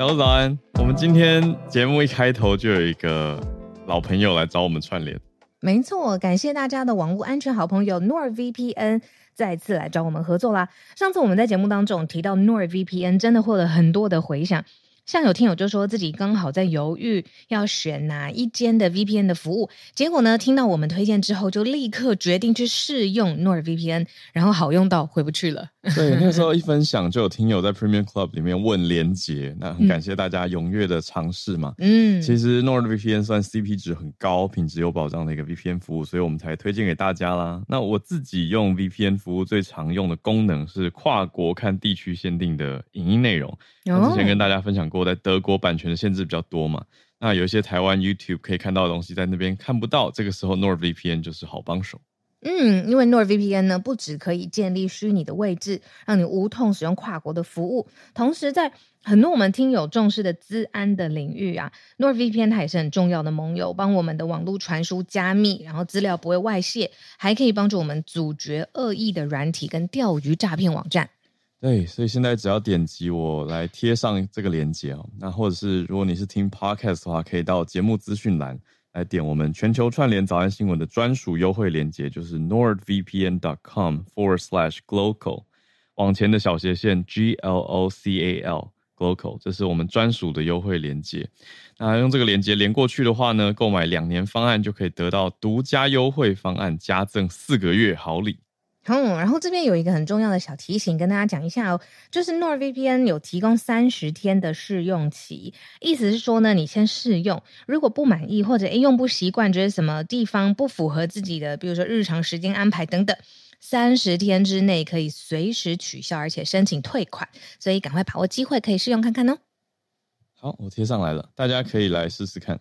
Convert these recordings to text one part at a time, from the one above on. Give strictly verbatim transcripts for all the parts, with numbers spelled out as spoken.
小鹿早安。我们今天节目一开头就有一个老朋友来找我们串联。 没错，感谢大家的网络安全好朋友 NordVPN 再次来找我们合作啦。上次我们在节目当中提到 NordVPN 真的获得很多的回响，像有听友就说自己刚好在犹豫要选哪一间的 V P N 的服务，结果呢听到我们推荐之后就立刻决定去试用 NordVPN， 然后好用到回不去了。 对，那个时候一分享就有听友在 Premium Club 里面问连结，那很感谢大家踊跃的尝试嘛。嗯，其实 NordVPN 算 C P 值很高、品质有保障的一个 V P N 服务，所以我们才推荐给大家啦。那我自己用 V P N 服务最常用的功能是跨国看地区限定的影音内容。我之前跟大家分享过，在德国版权的限制比较多嘛，那有一些台湾 YouTube 可以看到的东西在那边看不到，这个时候 NordVPN 就是好帮手。 嗯，因为 NordVPN 呢，不只可以建立虚拟的位置，让你无痛使用跨国的服务，同时在很多我们听友重视的资安的领域啊 ，NordVPN 它也是很重要的盟友，帮我们的网络传输加密，然后资料不会外泄，还可以帮助我们阻绝恶意的软体跟钓鱼诈骗网站。 对，所以现在只要点击我来贴上这个连结哦，那或者是如果你是听 Podcast 的话，可以到节目资讯栏来点我们全球串联早安新闻的专属优惠连结，就是 nordvpn.com forward slash glocal 往前的小斜线 G L O C A L glocal， 这是我们专属的优惠连结。那用这个连结连过去的话呢，购买两年方案就可以得到独家优惠方案，加赠四个月好礼。 嗯，然后这边有一个很重要的小提醒跟大家讲一下哦，就是 NordVPN 有提供三十天的试用期，意思是说呢，你先试用，如果不满意或者诶用不习惯，觉得什么地方不符合自己的，比如说日常时间安排等等，三十天之内可以随时取消，而且申请退款，所以赶快把握机会，可以试用看看哦。 好，我贴上来了，大家可以来试试看。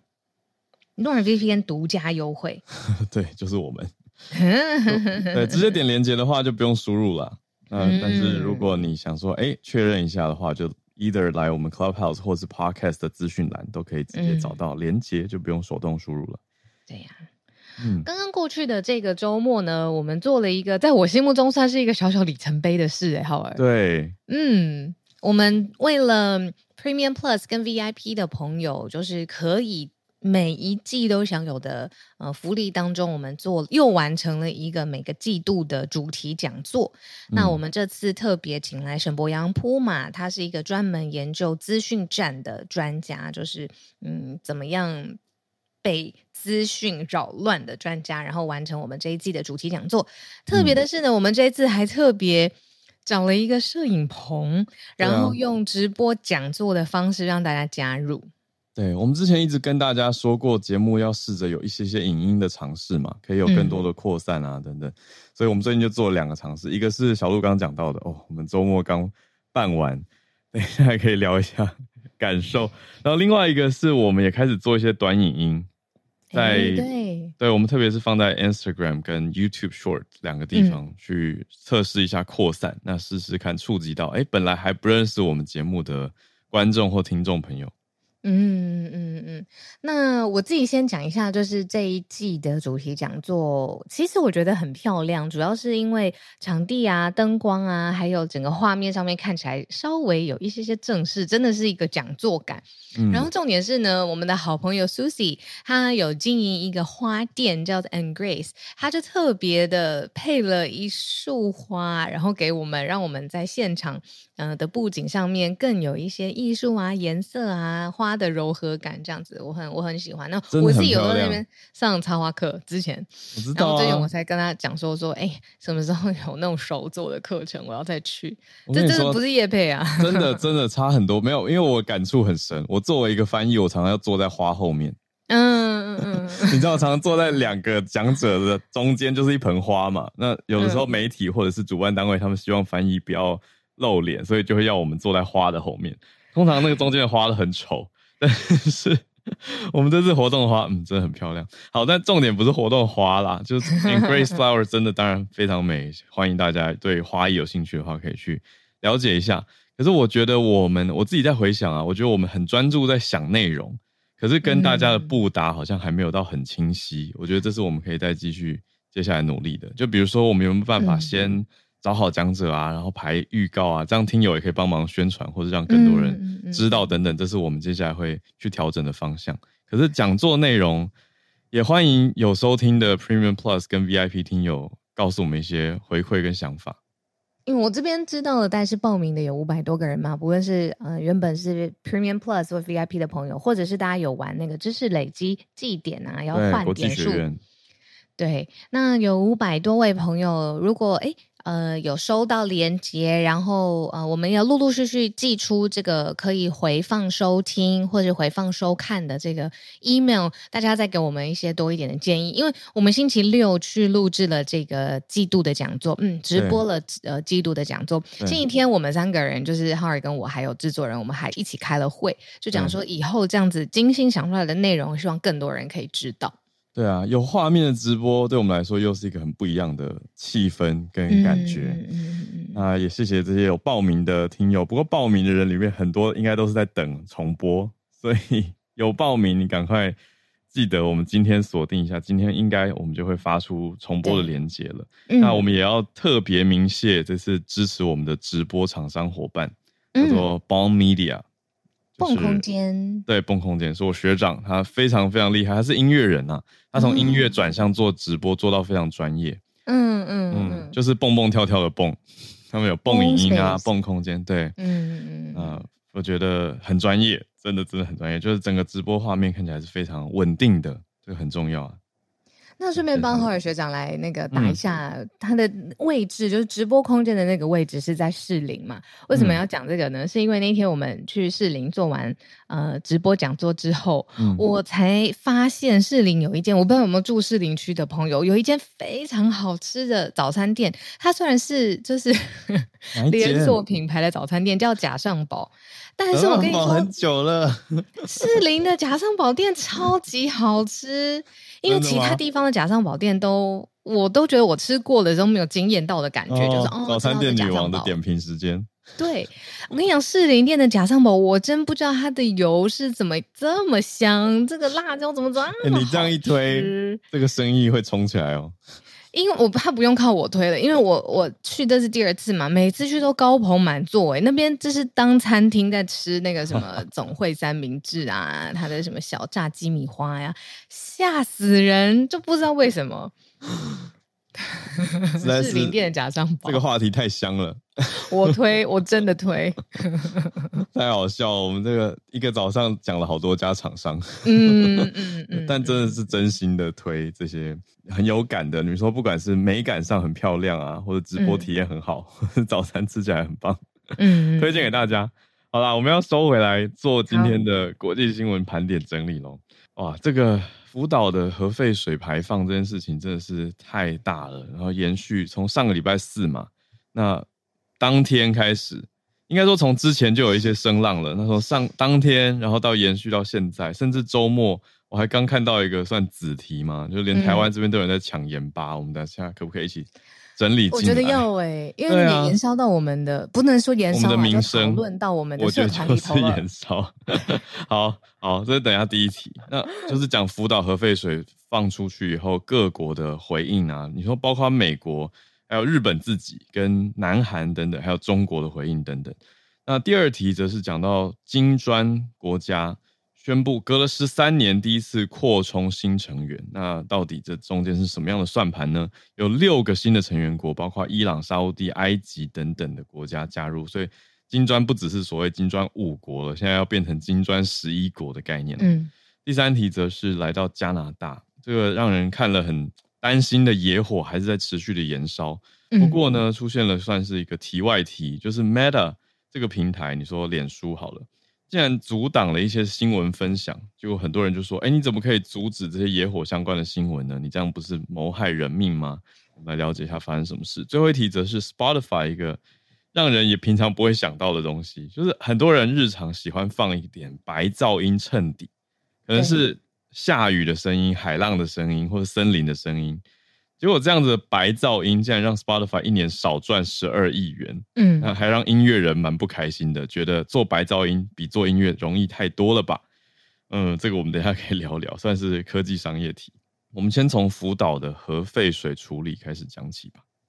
NordVPN 独家优惠， 对，就是我们。对，直接点连结的话就不用输入了。那、呃、但是如果你想说，哎，确认一下的话，就 either 来我们 Clubhouse 或是 Podcast 的资讯栏，都可以直接找到连结，就不用手动输入了。 对呀、啊。嗯，刚刚过去的这个周末呢，我们做了一个在我心目中算是一个小小里程碑的事，哎，浩尔。 对， 嗯，我们为了 Premium Plus 跟 V I P 的朋友，就是可以每一季都享有的呃福利当中，我们做又完成了一个每个季度的主题讲座。嗯、那我们这次特别请来沈博阳铺马，他是一个专门研究资讯战的专家，就是嗯怎么样被资讯扰乱的专家，然后完成我们这一季的主题讲座。特别的是呢，嗯、我们这一次还特别找了一个摄影棚，然后用直播讲座的方式让大家加入。 对，我们之前一直跟大家说过，节目要试着有一些些影音的尝试嘛，可以有更多的扩散啊、嗯、等等，所以我们最近就做了两个尝试，一个是小鹿刚刚讲到的哦，我们周末刚办完，等一下可以聊一下感受，然后另外一个是我们也开始做一些短影音，在、欸、对对，我们特别是放在 Instagram 跟 YouTube Short 两个地方去测试一下扩散，嗯、那试试看触及到哎本来还不认识我们节目的观众或听众朋友。 嗯嗯嗯，那我自己先讲一下，就是这一季的主题讲座，其实我觉得很漂亮，主要是因为场地啊、灯光啊，还有整个画面上面看起来稍微有一些些正式，真的是一个讲座感。嗯、然后重点是呢，我们的好朋友 Susie 她有经营一个花店叫做 And Grace， 她就特别的配了一束花，然后给我们，让我们在现场呃的布景上面更有一些艺术啊、颜色啊、花的柔和感，这样子我很我很喜欢。那我自己有在那边上插花课之前， 我知道、啊、 然后最近我才跟他讲说说，哎，什么时候有那种手做的课程，我要再去。这真的不是业配啊， 真的真的差很多。没有，因为我感触很深。我作为一个翻译，我常常要坐在花后面。嗯嗯嗯，你知道，我常常坐在两个讲者的中间，就是一盆花嘛。那有的时候媒体或者是主办单位，他们希望翻译不要露脸，所以就会要我们坐在花的后面。通常那个中间的花都很丑，但是我们这次活动的花，嗯，真的很漂亮。好，但重点不是活动花啦，就是 And Grace Flower 真的当然非常美，欢迎大家对花艺有兴趣的话可以去了解一下。可是我觉得我们我自己在回想啊，我觉得我们很专注在想内容，可是跟大家的布达好像还没有到很清晰。嗯、我觉得这是我们可以再继续接下来努力的。就比如说，我们有没有办法先找好讲者啊，然后排预告啊，这样听友也可以帮忙宣传，或者让更多人知道等等，这是我们接下来会去调整的方向。可是讲座内容也欢迎有收听的 Premium Plus 跟 V I P 听友告诉我们一些回馈跟想法。 因为我这边知道的，但是报名的有五百多个人嘛，不论是呃原本是 Premium Plus 或 V I P 的朋友，或者是大家有玩那个知识累积绩点啊，要换点数。对，那有五百多位朋友，如果诶呃有收到连结，然后呃我们要陆陆续续寄出这个可以回放收听或者回放收看的这个 email， 大家再给我们一些多一点的建议，因为我们星期六去录制了这个季度的讲座，嗯，直播了呃季度的讲座。星期天我们三个人就是浩尔跟我还有制作人，我们还一起开了会，就讲说以后这样子精心想出来的内容，希望更多人可以知道。 对啊，有画面的直播对我们来说又是一个很不一样的气氛跟感觉。嗯嗯嗯、那也谢谢这些有报名的听友，不过报名的人里面很多应该都是在等重播，所以有报名你赶快记得我们今天锁定一下，今天应该我们就会发出重播的连结了。那我们也要特别鸣谢这次支持我们的直播厂商伙伴，叫做 Bond Media。 蹦空间， 对，蹦空间是我学长，他非常非常厉害，他是音乐人啊，他从音乐转向做直播，做到非常专业。嗯嗯嗯，就是蹦蹦跳跳的蹦，他们有蹦影音啊，蹦空间，对，嗯嗯呃，我觉得很专业，真的真的很专业，就是整个直播画面看起来是非常稳定的，这个很重要啊。 那顺便帮浩尔学长来那个打一下他的位置，嗯、就是直播空间的那个位置是在士林嘛？为什么要讲这个呢？嗯、是因为那天我们去士林做完呃直播讲座之后，嗯、我才发现士林有一间，我不知道有没有住士林区的朋友，有一间非常好吃的早餐店。它虽然是就是连锁品牌的早餐店，叫甲上堡。但是我跟你说， 很久了， 士林的甲上堡店超级好吃。因为其他地方的甲上堡店都，我都觉得我吃过了都没有惊艳到的感觉，哦、就是哦， 早餐店女王的点评时间。 对，我跟你讲，士林店的甲上堡，我真不知道它的油是怎么这么香，这个辣椒怎么这么好吃？ 欸、你这样一推，这个生意会冲起来哦。 因为我他不用靠我推了，因为我我去这是第二次嘛，每次去都高朋满座诶，那边就是当餐厅在吃那个什么总会三明治啊，它的什么小炸鸡米花呀，吓死人，就不知道为什么。士林店的甲上堡， 这个话题太香了。 我推，我真的推， 太好笑了。我们这个一个早上讲了好多家厂商，嗯嗯嗯，但真的是真心的推这些很有感的。你说不管是美感上很漂亮啊，或者直播体验很好，嗯、或者早餐吃起来很棒，嗯，推荐给大家。好啦，我们要收回来做今天的国际新闻盘点整理咯。哇，这个福岛的核废水排放这件事情真的是太大了，然后延续从上个礼拜四嘛，那当天开始，应该说从之前就有一些声浪了。那时候上当天，然后到延续到现在，甚至周末，我还刚看到一个算子题嘛，就连台湾这边都有人在抢盐巴。嗯、我们等一下可不可以一起整理进来？ 我觉得要诶、欸，因为你延烧到我们的，啊、不能说延烧，我们的民生，讨论到我们的社团里头了。 我觉得就是延烧。好好，这是等一下第一题，那就是讲福岛核废水放出去以后，各国的回应啊，你说包括美国。还有日本自己跟南韩等等，还有中国的回应等等。那第二题则是讲到金砖国家宣布隔了十三年第一次扩充新成员，那到底这中间是什么样的算盘呢？有六个新的成员国，包括伊朗、沙烏地、埃及等等的国家加入，所以金砖不只是所谓金砖五国了，现在要变成金砖十一国的概念了。嗯，第三题则是来到加拿大，这个让人看了很担心的野火还是在持续的延烧，不过呢，出现了算是一个题外题，就是 Meta 这个平台，你说脸书好了，竟然阻挡了一些新闻分享，结果很多人就说，哎，你怎么可以阻止这些野火相关的新闻呢？你这样不是谋害人命吗？我们来了解一下发生什么事。最后一题则是 Spotify 一个让人也平常不会想到的东西，就是很多人日常喜欢放一点白噪音衬底，可能是下雨的声音、海浪的声音或者森林的声音，结果这样子的白噪音竟然让 Spotify 一年少赚十二亿元，嗯，那还让音乐人蛮不开心的，觉得做白噪音比做音乐容易太多了吧？嗯，这个我们等一下可以聊聊，算是科技商业题。我们先从福岛的核废水处理开始讲起吧。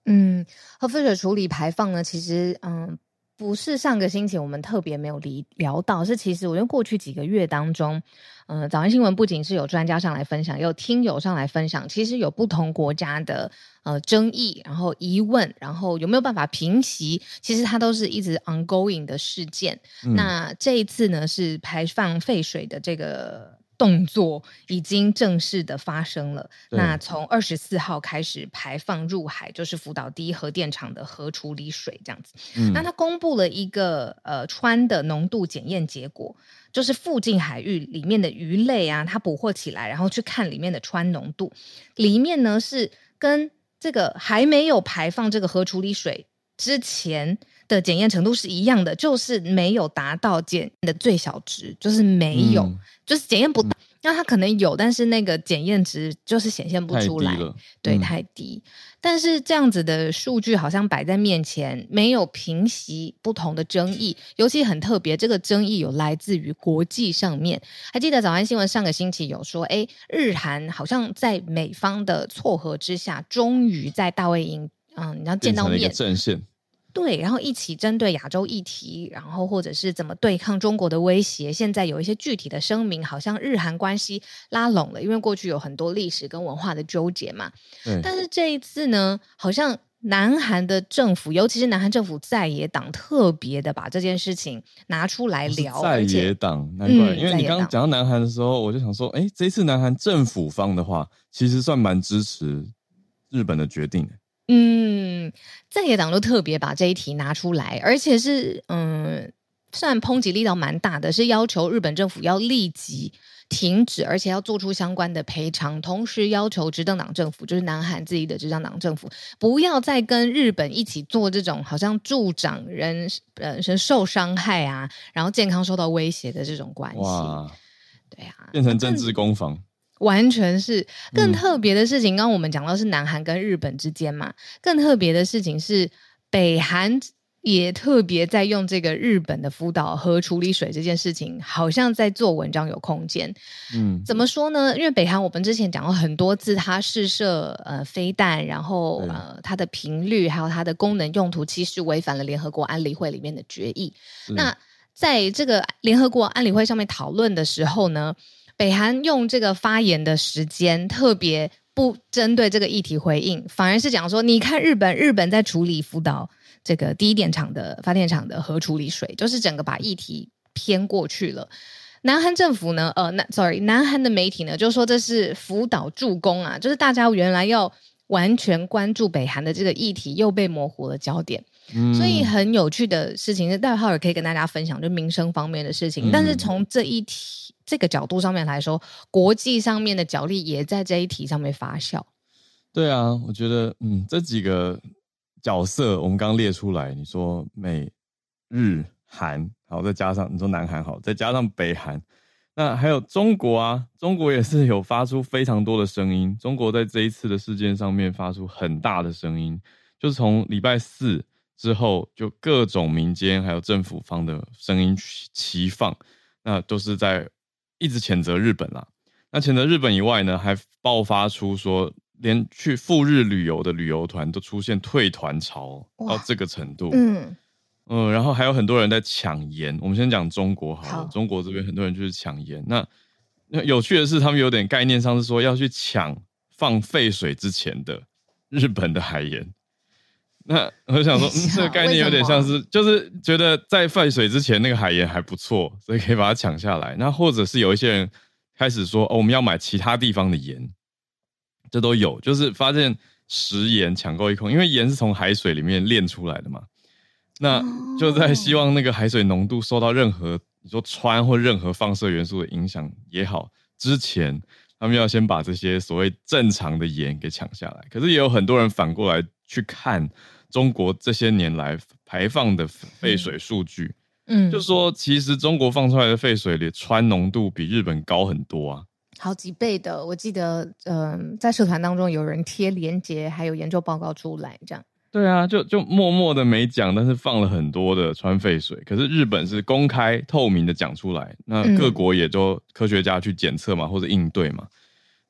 嗯，核废水处理排放呢，其实嗯。不是上个星期我们特别没有聊到，是其实我觉得过去几个月当中，呃，早安新闻不仅是有专家上来分享，也有听友上来分享，其实有不同国家的呃争议，然后疑问，然后有没有办法平息，其实它都是一直 ongoing 的事件。嗯、那这一次呢，是排放废水的这个动作已经正式的发生了。那从二十四号开始排放入海，就是福岛第一核电厂的核处理水这样子。嗯、那他公布了一个呃氚的浓度检验结果，就是附近海域里面的鱼类啊，它捕获起来，然后去看里面的氚浓度，里面呢是跟这个还没有排放这个核处理水之前的检验程度是一样的，就是没有达到检验的最小值，就是没有，嗯、就是检验不到。嗯、那它可能有，但是那个检验值就是显现不出来， 太低了， 对， 嗯、 太低。但是这样子的数据好像摆在面前，没有平息不同的争议，尤其很特别，这个争议有来自于国际上面。还记得早安新闻上个星期有说，哎，日韩好像在美方的撮合之下，终于在大卫营，嗯，你要见到面， 变成了一个阵线。 对，然后一起针对亚洲议题，然后或者是怎么对抗中国的威胁，现在有一些具体的声明，好像日韩关系拉拢了，因为过去有很多历史跟文化的纠结嘛。但是这一次呢，好像南韩的政府，尤其是南韩政府在野党，特别的把这件事情拿出来聊。 在野党，难怪，嗯、因为你刚刚讲到南韩的时候，我就想说，哎，这一次南韩政府方的话，其实算蛮支持日本的决定。 嗯，在野党都特别把这一题拿出来，而且是嗯，虽然抨击力道蛮大的，是要求日本政府要立即停止，而且要做出相关的赔偿，同时要求执政党政府，就是南韩自己的执政党政府，不要再跟日本一起做这种好像助长人呃人受伤害啊，然后健康受到威胁的这种关系。哇，对啊， 变成政治攻防。 完全是。更特别的事情，嗯、刚刚我们讲到是南韩跟日本之间嘛，更特别的事情是北韩也特别在用这个日本的福岛核处理水这件事情，好像在做文章有空间。嗯，怎么说呢？因为北韩我们之前讲过很多次，它试射呃飞弹，然后呃它的频率还有它的功能用途，其实违反了联合国安理会里面的决议。那在这个联合国安理会上面讨论的时候呢，北韩用这个发言的时间特别不针对这个议题回应，反而是讲说，你看日本，日本在处理福岛这个第一电厂的发电厂的核处理水，就是整个把议题偏过去了。南韩政府呢，呃，那 sorry， 南韩的媒体呢就说这是福岛助攻啊，就是大家原来要完全关注北韩的这个议题，又被模糊了焦点。嗯、所以很有趣的事情是，待会儿可以跟大家分享，就民生方面的事情。嗯、但是从这一题这个角度上面来说，国际上面的角力也在这一题上面发酵。 对啊，我觉得，嗯，这几个角色我们刚刚列出来，你说美、日、韩，好，再加上你说南韩，好，再加上北韩，那还有中国啊，中国也是有发出非常多的声音。中国在这一次的事件上面发出很大的声音，就是从礼拜四之后，就各种民间还有政府方的声音齐放，那都是在一直谴责日本啦。那谴责日本以外呢，还爆发出说，连去赴日旅游的旅游团都出现退团潮到这个程度。嗯嗯，然后还有很多人在抢盐。我们先讲中国好了，好，中国这边很多人就是抢盐。那那有趣的是，他们有点概念上是说要去抢放废水之前的日本的海盐。那我想说，嗯，这个概念有点像是，就是觉得在废水之前那个海盐还不错，所以可以把它抢下来。那或者是有一些人开始说，哦，我们要买其他地方的盐，这都有。就是发现食盐抢购一空，因为盐是从海水里面炼出来的嘛。那就在希望那个海水浓度受到任何你说氚或任何放射元素的影响也好，之前他们要先把这些所谓正常的盐给抢下来。可是也有很多人反过来去看中国这些年来排放的废水数据，嗯，就说其实中国放出来的废水里氚浓度比日本高很多啊， 好几倍的。我记得，嗯、呃，在社团当中有人贴连结，还有研究报告出来，这样。 对啊，就就默默的没讲，但是放了很多的氚废水。可是日本是公开透明的讲出来，那各国也都科学家去检测嘛，或者应对嘛。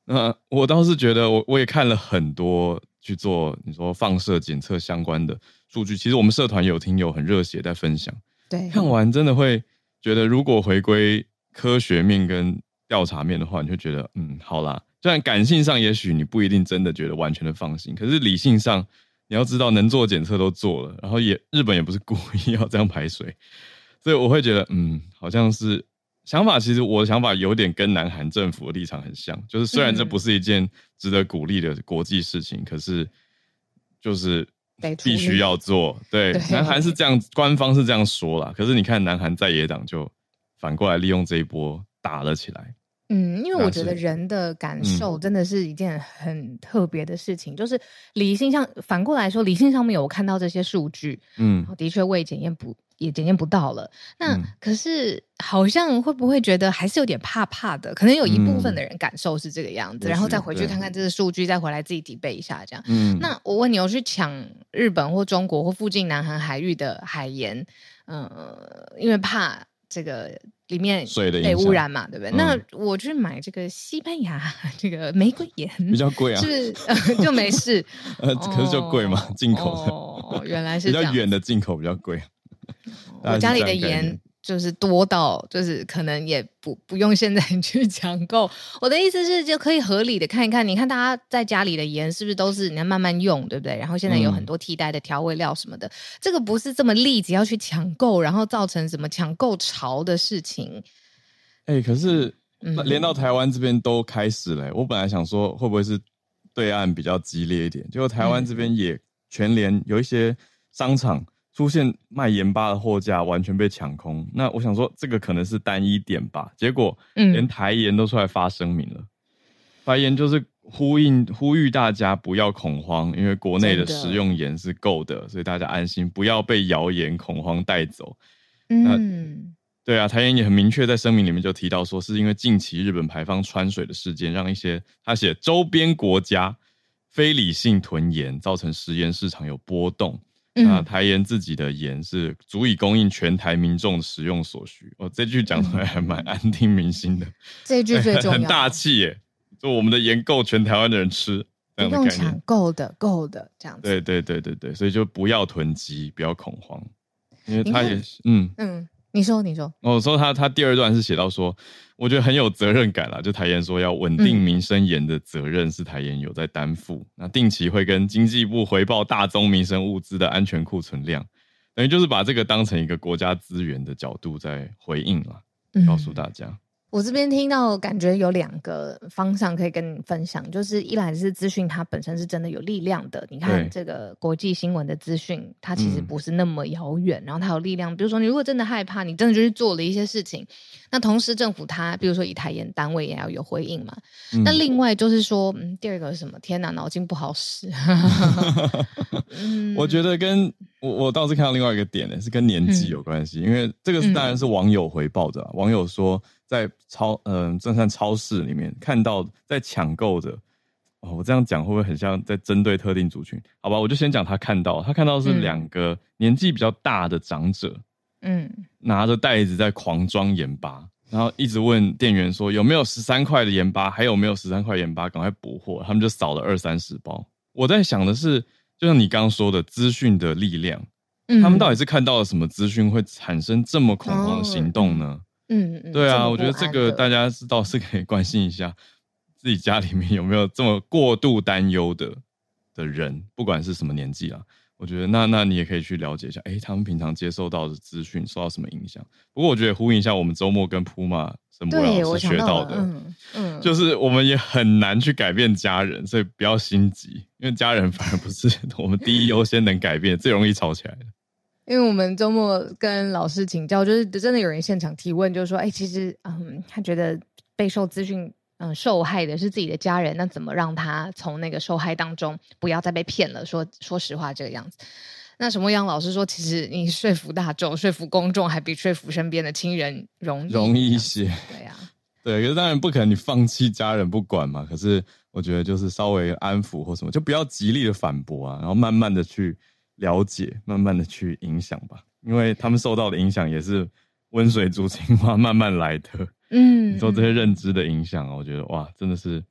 那我倒是觉得我我也看了很多去做你说放射检测相关的数据，其实我们社团有听友很热血在分享， 对， 看完真的会觉得如果回归科学面跟调查面的话，你会觉得嗯好啦，虽然感性上也许你不一定真的觉得完全的放心，可是理性上你要知道能做检测都做了，然后也日本也不是故意要这样排水，所以我会觉得嗯好像是想法，其实我的想法有点跟南韩政府的立场很像，就是虽然这不是一件值得鼓励的国际事情，嗯、可是就是必须要做。对，对南韩是这样，官方是这样说啦，可是你看南韩在野党就反过来利用这一波打了起来。 嗯，因为我觉得人的感受真的是一件很特别的事情，嗯、就是理性上反过来说，理性上面有我看到这些数据，嗯，的确未检验不也检验不到了。那、嗯、可是好像会不会觉得还是有点怕怕的？可能有一部分的人感受是这个样子，嗯、然后再回去看看这个数据，再回来自己底背一下这样。嗯，那我问你，有去抢日本或中国或附近南韩海域的海盐，呃，因为怕这个里面被污染嘛，对不对？嗯、那我去买这个西班牙这个玫瑰盐比较贵啊， 是、呃、就没事， 呃，可是就贵嘛，进、哦、口的哦，原来是这样， 比较远的进口比较贵。 我家里的盐就是多到就是可能也不不用现在去抢购。我的意思是就可以合理的看一看，你看大家在家里的盐是不是都是你要慢慢用，对不对？然后现在有很多替代的调味料什么的，嗯、这个不是这么立即要去抢购，然后造成什么抢购潮的事情。 哎、欸，可是连到台湾这边都开始了、欸。我本来想说会不会是对岸比较激烈一点，结果台湾这边也全联有一些商场出现卖盐巴的货架完全被抢空，那我想说这个可能是单一点吧，结果连台盐都出来发声明了，嗯、台盐就是呼应呼吁大家不要恐慌，因为国内的食用盐是够的，所以大家安心，不要被谣言恐慌带走。嗯，对啊，台盐也很明确在声明里面就提到说，是因为近期日本排放川水的事件，让一些他写周边国家非理性囤盐，造成食盐市场有波动。那台盐自己的盐是足以供应全台民众的食用所需。哦，这句讲出来还蛮安定民心的。嗯、 这句最重要， 很大气耶！就我们的盐够全台湾的人吃，这样的概念。不用抢， 够的，够的，这样子。 对对对对对，所以就不要囤积，不要恐慌，因为他也是，嗯嗯。你说，你说， 我说他他第二段是写到说，我觉得很有责任感啦，就台盐说要稳定民生盐的责任是台盐有在担负，嗯、那定期会跟经济部回报大宗民生物资的安全库存量，等于就是把这个当成一个国家资源的角度在回应啦，告诉大家。嗯我这边听到感觉有两个方向可以跟你分享，就是一来是资讯它本身是真的有力量的，你看这个国际新闻的资讯它其实不是那么遥远，嗯、然后它有力量，比如说你如果真的害怕，你真的就去做了一些事情，那同时政府它比如说以台盐单位也要有回应嘛，嗯、那另外就是说、嗯、第二个是什么，天哪，脑筋不好使。 嗯、我觉得跟我我倒是看到另外一个点呢，是跟年纪有关系，嗯、因为这个是当然是网友回报的、啊嗯、网友说在超嗯正善超市里面看到在抢购的，哦，我这样讲会不会很像在针对特定族群？好吧，我就先讲他看到，他看到是两个年纪比较大的长者，嗯，拿着袋子在狂装盐巴，然后一直问店员说有没有十三块的盐巴，还有没有十三块盐巴，赶快补货，他们就扫了二三十包。我在想的是，就像你刚刚说的资讯的力量，嗯、他们到底是看到了什么资讯会产生这么恐慌的行动呢？哦嗯嗯， 对啊，我觉得这个大家是倒是可以关心一下，自己家里面有没有这么过度担忧的的人，不管是什么年纪啦。我觉得那那你也可以去了解一下，哎，他们平常接受到的资讯受到什么影响。不过我觉得呼应一下我们周末跟普马沈博老师学到的，嗯嗯，就是我们也很难去改变家人，所以不要心急，因为家人反而不是我们第一优先能改变，最容易吵起来的。 因为我们周末跟老师请教，就是真的有人现场提问，就是说，哎，其实，嗯，他觉得备受资讯，嗯，受害的是自己的家人，那怎么让他从那个受害当中不要再被骗了？说说实话，这个样子。那沈默阳老师说，其实你说服大众、说服公众，还比说服身边的亲人容易， 容易一些。 对呀、啊， 对，可是当然不可能你放弃家人不管嘛。可是我觉得就是稍微安抚或什么，就不要极力的反驳啊，然后慢慢的去了解，慢慢的去影响吧，因为他们受到的影响也是温水煮青蛙慢慢来的。嗯，你说这些认知的影响，我觉得哇，真的是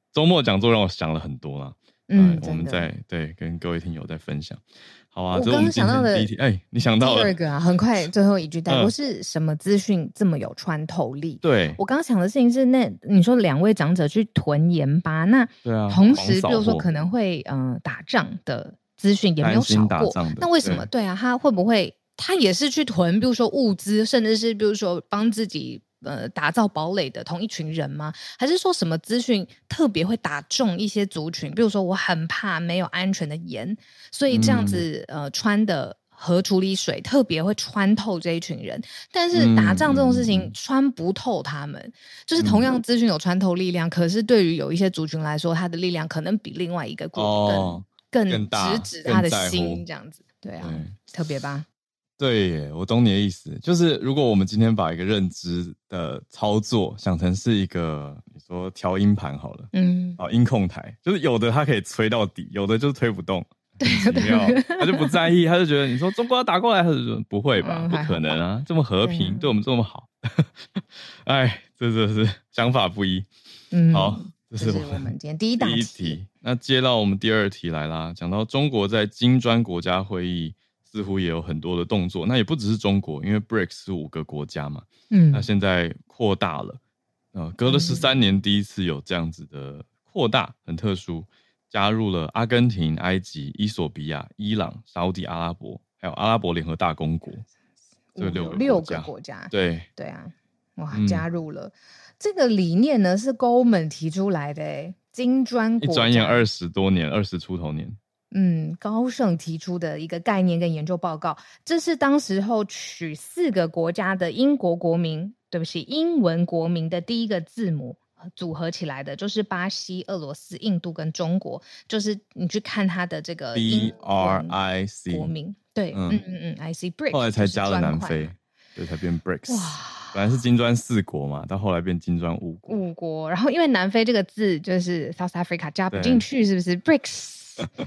周末讲座让我想了很多啦。嗯，呃、我们在对跟各位听友在分享。好啊， 我刚刚想到的第一题，哎，你想到了第二个啊，很快最后一句带过、嗯、是什么资讯这么有穿透力？ 对， 我刚刚想的事情是那，那你说两位长者去囤盐巴，那对啊， 同时比如说可能会嗯、呃、打仗的资讯也没有少过，那为什么？对啊，他会不会他也是去囤，比如说物资，甚至是比如说帮自己。呃，打造堡垒的同一群人吗？还是说什么资讯特别会打中一些族群？比如说，我很怕没有安全的盐，所以这样子、嗯、呃穿的核处理水特别会穿透这一群人。但是打仗这种事情穿不透他们，嗯、就是同样资讯有穿透力量、嗯，可是对于有一些族群来说，它的力量可能比另外一个 group 哦更更直指他的心，这样子。对啊，对特别吧。 对耶，我懂你的意思，就是如果我们今天把一个认知的操作想成是一个，你说调音盘好了，嗯，啊，音控台，就是有的它可以吹到底，有的就是推不动， 对， 奇妙，他就不在意，他就觉得你说中国要打过来，他就说不会吧，嗯、不可能啊，这么和平，对我们这么好，哎，这这是想法不一，嗯，好，这是我们今天第一大题， 第一题，那接到我们第二题来啦，讲到中国在金砖国家会议。似乎也有很多的动作，那也不只是中国，因为 B R I C S 是五个国家嘛，嗯，那现在扩大了，呃，隔了十三年第一次有这样子的扩大，很特殊，加入了阿根廷、埃及、伊索比亚、伊朗、沙烏地阿拉伯，还有阿拉伯联合大公国，这六个六个国家， 对对啊，哇，加入了、嗯、这个理念呢是 Goldman 提出来的，哎，金砖国家， 一转眼二十多年，二十出头年。 嗯，高盛提出的一个概念跟研究报告，这是当时候取四个国家的英国国民，对不起，英文国民的第一个字母组合起来的，就是巴西、俄罗斯、印度跟中国，就是你去看它的这个 B R I C 国民，对，嗯嗯嗯 ，I C B R I C， 后来才加了南非，对，才变 B R I C S。哇，本来是金砖四国嘛，到后来变金砖五国。 五国，然后因为南非这个字就是 South Africa 加不进去，是不是 B R I C S？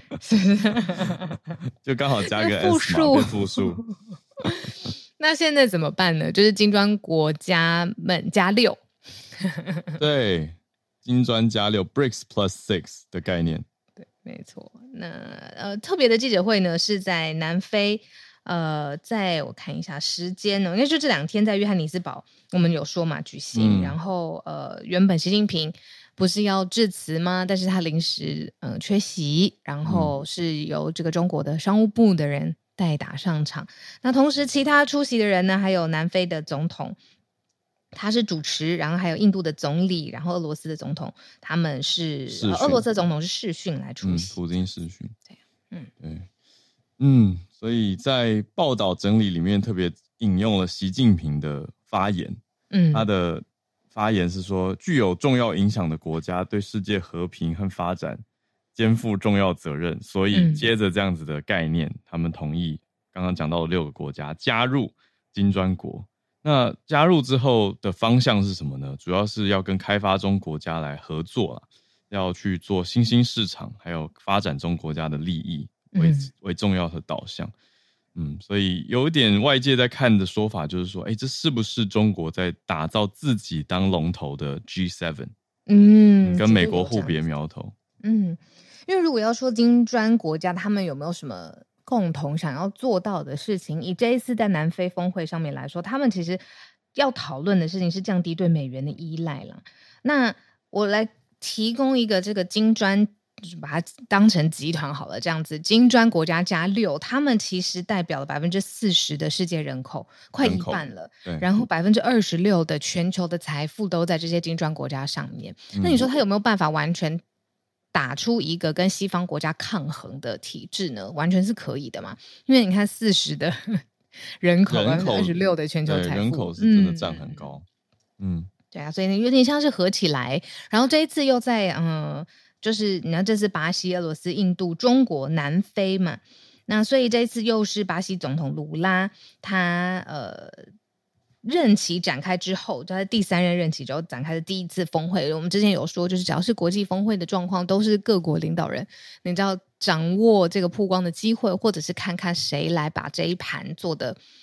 就刚好加个 S 嘛，复数复数。 那现在怎么办呢？就是金砖国家们加六。 对，金砖加六 ，B R I C S plus six 的概念。 对，没错。那呃，特别的记者会呢，是在南非。呃，在我看一下时间呢，因为就这两天在约翰尼斯堡，我们有说嘛举行，嗯、然后呃，原本习近平不是要致辞吗？但是他临时嗯、呃、缺席，然后是由这个中国的商务部的人代打上场。那同时其他出席的人呢，还有南非的总统，他是主持，然后还有印度的总理，然后俄罗斯的总统，他们是、呃、俄罗斯的总统是视讯来出席， 嗯、普京视讯， 对，嗯， 对，嗯。所以在报道整理里面特别引用了习近平的发言，嗯，他的发言是说，具有重要影响的国家对世界和平和发展肩负重要责任，所以接着这样子的概念，嗯、他们同意刚刚讲到的六个国家加入金砖国。那加入之后的方向是什么呢？主要是要跟开发中国家来合作啦，要去做新兴市场，还有发展中国家的利益。为, 为重要的导向，嗯，所以有一点外界在看的说法就是说，哎，这是不是中国在打造自己当龙头的 G 七？ 嗯，跟美国互别苗头。 嗯，因为如果要说金砖国家他们有没有什么共同想要做到的事情，以这一次在南非峰会上面来说，他们其实要讨论的事情是降低对美元的依赖啦。那我来提供一个这个金砖。就是把它当成集团好了，这样子，金砖国家加六，他们其实代表了百分之四十的世界人口，快一半了。然后百分之二十六的全球的财富都在这些金砖国家上面。嗯、那你说他有没有办法完全打出一个跟西方国家抗衡的体制呢？完全是可以的嘛？因为你看四十的人口，百分之二十六的全球财富， 人口是真的占很高。嗯， 嗯对啊，所以有点像是合起来，然后这一次又在嗯。就是你看，这是巴西、俄罗斯、印度、中国、南非嘛，那所以这一次又是巴西总统卢拉，他呃任期展开之后，就在第三任任期之后展开的第一次峰会。我们之前有说，就是只要是国际峰会的状况，都是各国领导人，你知道掌握这个曝光的机会，或者是看看谁来把这一盘做的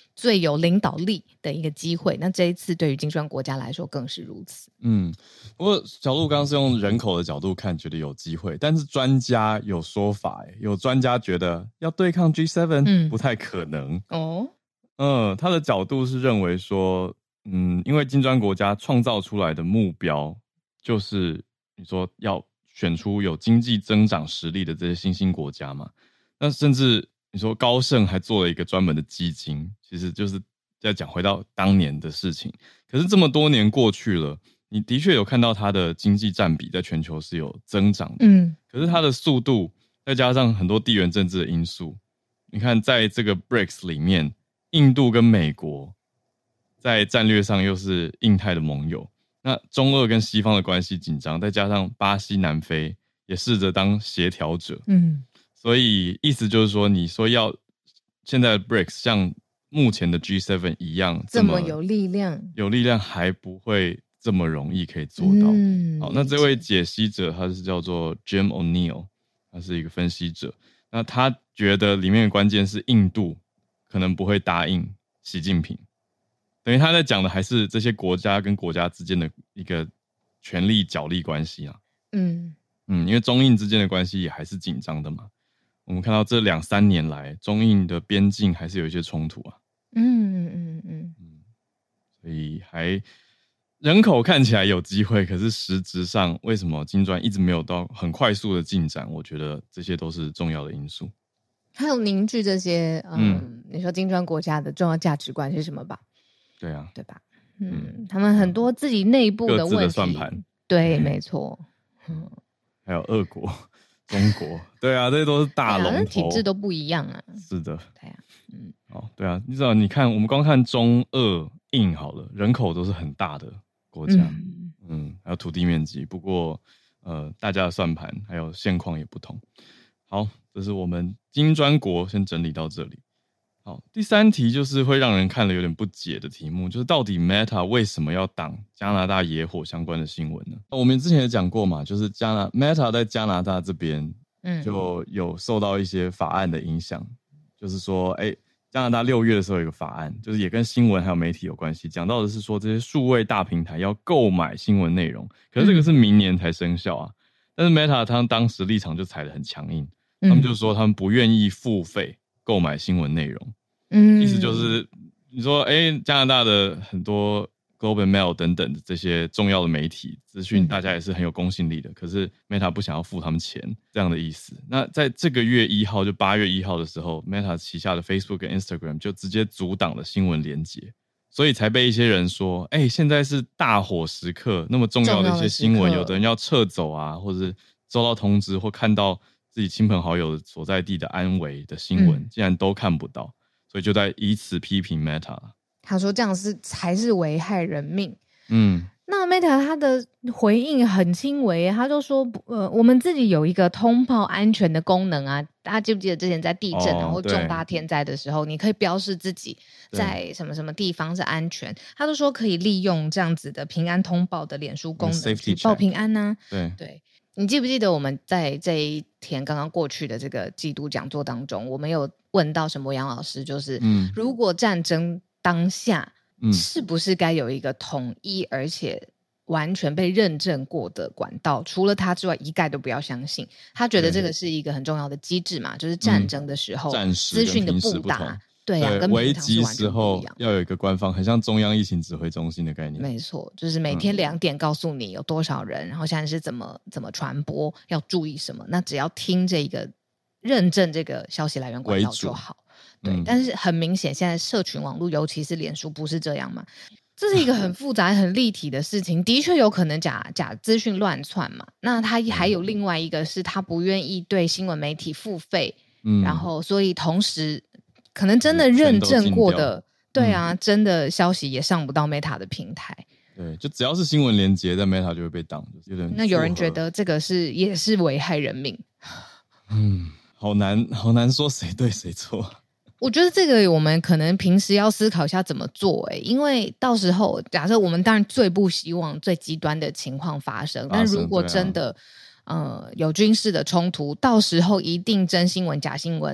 最有领导力的一个机会。那这一次对于金砖国家来说更是如此。 嗯，不过小鹿刚刚是用人口的角度看，觉得有机会，但是专家有说法，有专家觉得要对抗 G 七、嗯、不太可能哦。嗯，他的角度是认为说，嗯，因为金砖国家创造出来的目标就是你说要选出有经济增长实力的这些新兴国家嘛，那甚至你说高盛还做了一个专门的基金，其实就是要讲回到当年的事情。可是这么多年过去了，你的确有看到它的经济占比在全球是有增长的，嗯，可是它的速度再加上很多地缘政治的因素，你看在这个 B R I C S 里面，印度跟美国在战略上又是印太的盟友，那中俄跟西方的关系紧张，再加上巴西、南非也试着当协调者，嗯，所以意思就是说，你说要现在的 B R I C S 像目前的 G 七 一样这么有力量， 有力量还不会这么容易可以做到。嗯，好，那这位解析者他是叫做 Jim O'Neill， 他是一个分析者，那他觉得里面的关键是印度可能不会答应习近平，等于他在讲的还是这些国家跟国家之间的一个权力角力关系啊。嗯嗯，因为中印之间的关系也还是紧张的嘛。我们看到这两三年来，中印的边境还是有一些冲突啊。嗯嗯嗯嗯，所以还人口看起来有机会，可是实质上为什么金砖一直没有到很快速的进展？我觉得这些都是重要的因素。 还有凝聚这些，嗯，嗯你说金砖国家的重要价值观是什么吧？ 对啊， 对吧？嗯，嗯他们很多自己内部的问题，各自的算盘， 对，没错。嗯， 还有俄国、中国，对啊，这些都是大龙头， 体制都不一样啊。 是的， 对啊，嗯， 哦，对啊，你知道，你看我们光看中俄印好了，人口都是很大的国家，嗯，嗯还有土地面积，不过呃，大家的算盘还有现况也不同。好，这是我们金砖国先整理到这里。好，第三题就是会让人看了有点不解的题目，就是到底 Meta 为什么要挡加拿大野火相关的新闻呢？我们之前也讲过嘛，就是加拿 Meta 在加拿大这边就有受到一些法案的影响，嗯、就是说，哎、欸，加拿大六月的时候有一个法案，就是也跟新闻还有媒体有关系，讲到的是说这些数位大平台要购买新闻内容，可是这个是明年才生效啊。嗯、但是 Meta 他当时立场就踩得很强硬，他们就说他们不愿意付费购买新闻内容。嗯，意思就是你说，哎、欸，加拿大的很多 Globe and Mail 等等的这些重要的媒体资讯，大家也是很有公信力的。可是 Meta 不想要付他们钱，这样的意思。那在这个月一号，就八月一号的时候 ，Meta 旗下的 Facebook 跟 Instagram 就直接阻挡了新闻连结，所以才被一些人说，哎、欸，现在是大火时刻，那么重要的一些新闻，有的人要撤走啊，或者是收到通知或看到自己亲朋好友所在地的安危的新闻，嗯、竟然都看不到。所以就在以此批评 Meta 了。 他说这样是才是危害人命。嗯，那 Meta 他的回应很轻微，他就说，呃，我们自己有一个通报安全的功能啊。大家记不记得之前在地震啊、哦、或重大天灾的时候，你可以标示自己在什么什么地方是安全。他就说可以利用这样子的平安通报的脸书功能去报平安啊。 对对。你记不记得我们在这一天刚刚过去的这个季度讲座当中，我们有问到沈博洋老师，就是、嗯、如果战争当下、嗯、是不是该有一个统一而且完全被认证过的管道，除了他之外一概都不要相信。他觉得这个是一个很重要的机制嘛，就是战争的时候资讯、嗯、的布达对啊，跟危急时候要有一个官方，很像中央疫情指挥中心的概念。 没错，就是每天两点告诉你有多少人，嗯、然后现在是怎么怎么传播，要注意什么。那只要听这个认证这个消息来源管道就好。对、嗯，但是很明显，现在社群网络，尤其是脸书，不是这样嘛。这是一个很复杂、很立体的事情，的确有可能假假资讯乱窜嘛。那他还有另外一个是他不愿意对新闻媒体付费，嗯，然后所以同时。可能真的认证过的，对啊、嗯，真的消息也上不到 Meta 的平台。 对，就只要是新闻连结在 Meta 就会被挡，有点。 那有人觉得这个是也是危害人命。 嗯，好难好难说谁对谁错。 我觉得这个我们可能平时要思考一下怎么做、欸、因为到时候假设我们当然最不希望最极端的情况发生，但如果真的、啊、呃有军事的冲突，到时候一定真新闻假新闻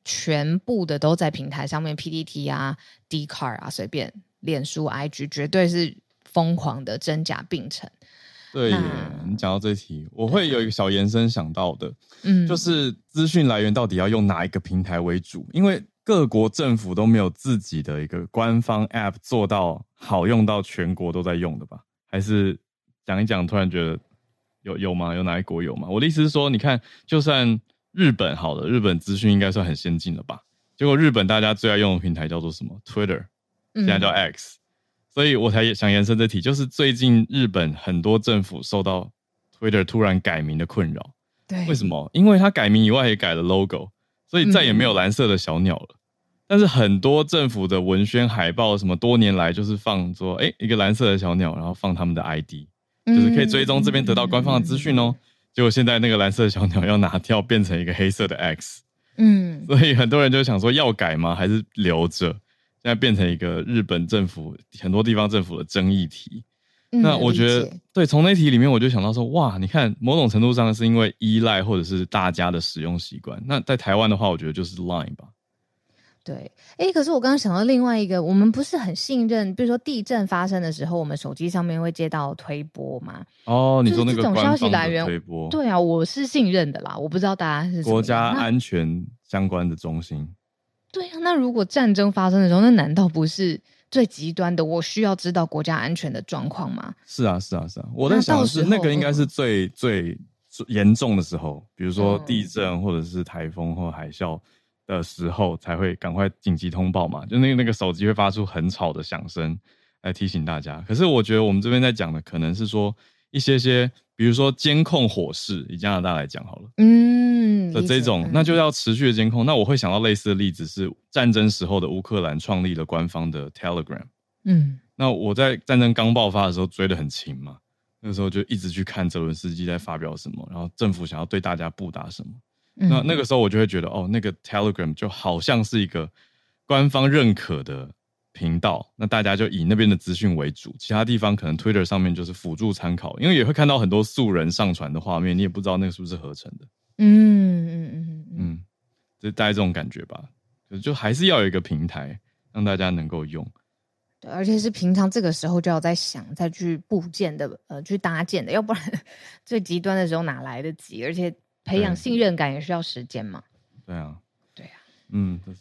全部的都在平台上面 ，P T T 啊、Dcard 啊，随便脸书、I G， 绝对是疯狂的真假并存。 对耶，你讲到这题，我会有一个小延伸想到的，嗯，就是资讯来源到底要用哪一个平台为主？因为各国政府都没有自己的一个官方 App 做到好用到全国都在用的吧？还是讲一讲，突然觉得有有吗？有哪一国有吗？我的意思是说，你看，就算日本好了，日本资讯应该算很先进了吧？结果日本大家最爱用的平台叫做什么 ？Twitter， 现在叫 X。嗯，所以我才想延伸这题，就是最近日本很多政府受到 Twitter 突然改名的困扰。 对， 为什么？因为它改名以外也改了 logo， 所以再也没有蓝色的小鸟了。嗯，但是很多政府的文宣海报什么多年来就是放说，哎，一个蓝色的小鸟，然后放他们的 I D， 就是可以追踪这边得到官方的资讯哦。结果现在那个蓝色的小鸟要拿掉，变成一个黑色的 X。嗯，所以很多人就想说要改吗？还是留着？现在变成一个日本政府很多地方政府的争议题。嗯，那我觉得对，从那题里面我就想到说，哇，你看某种程度上是因为依赖或者是大家的使用习惯。那在台湾的话，我觉得就是 Line 吧。 对，哎，可是我刚刚想到另外一个，我们不是很信任，比如说地震发生的时候，我们手机上面会接到推播嘛？ 哦，你说那个官方的推播， 对啊，我是信任的啦，我不知道大家是什么国家安全相关的中心。 对啊，那如果战争发生的时候，那难道不是最极端的？我需要知道国家安全的状况吗？ 是啊，是啊，是啊。我在想的是，那个应该是最最严重的时候，比如说地震或者是台风或海啸的时候，才会赶快紧急通报嘛。就那个那个手机会发出很吵的响声来提醒大家。可是我觉得我们这边在讲的可能是说一些些，比如说监控火势，以加拿大来讲好了，嗯，的这种，那就要持续的监控。那我会想到类似的例子是战争时候的乌克兰创立了官方的 Telegram， 嗯，那我在战争刚爆发的时候追得很勤嘛，那个时候就一直去看泽伦斯基在发表什么，然后政府想要对大家布达什么。嗯，那那个时候我就会觉得，哦，那个 Telegram 就好像是一个官方认可的频道，那大家就以那边的资讯为主，其他地方可能 Twitter 上面就是辅助参考，因为也会看到很多素人上传的画面，你也不知道那个是不是合成的。嗯嗯嗯嗯，就大概这种感觉吧，就还是要有一个平台让大家能够用。 对，而且是平常这个时候就要在想再去部件的，呃，去搭建的，要不然最极端的时候哪来得及？而且培养信任感也需要时间嘛。 对啊， 对啊， 嗯，就是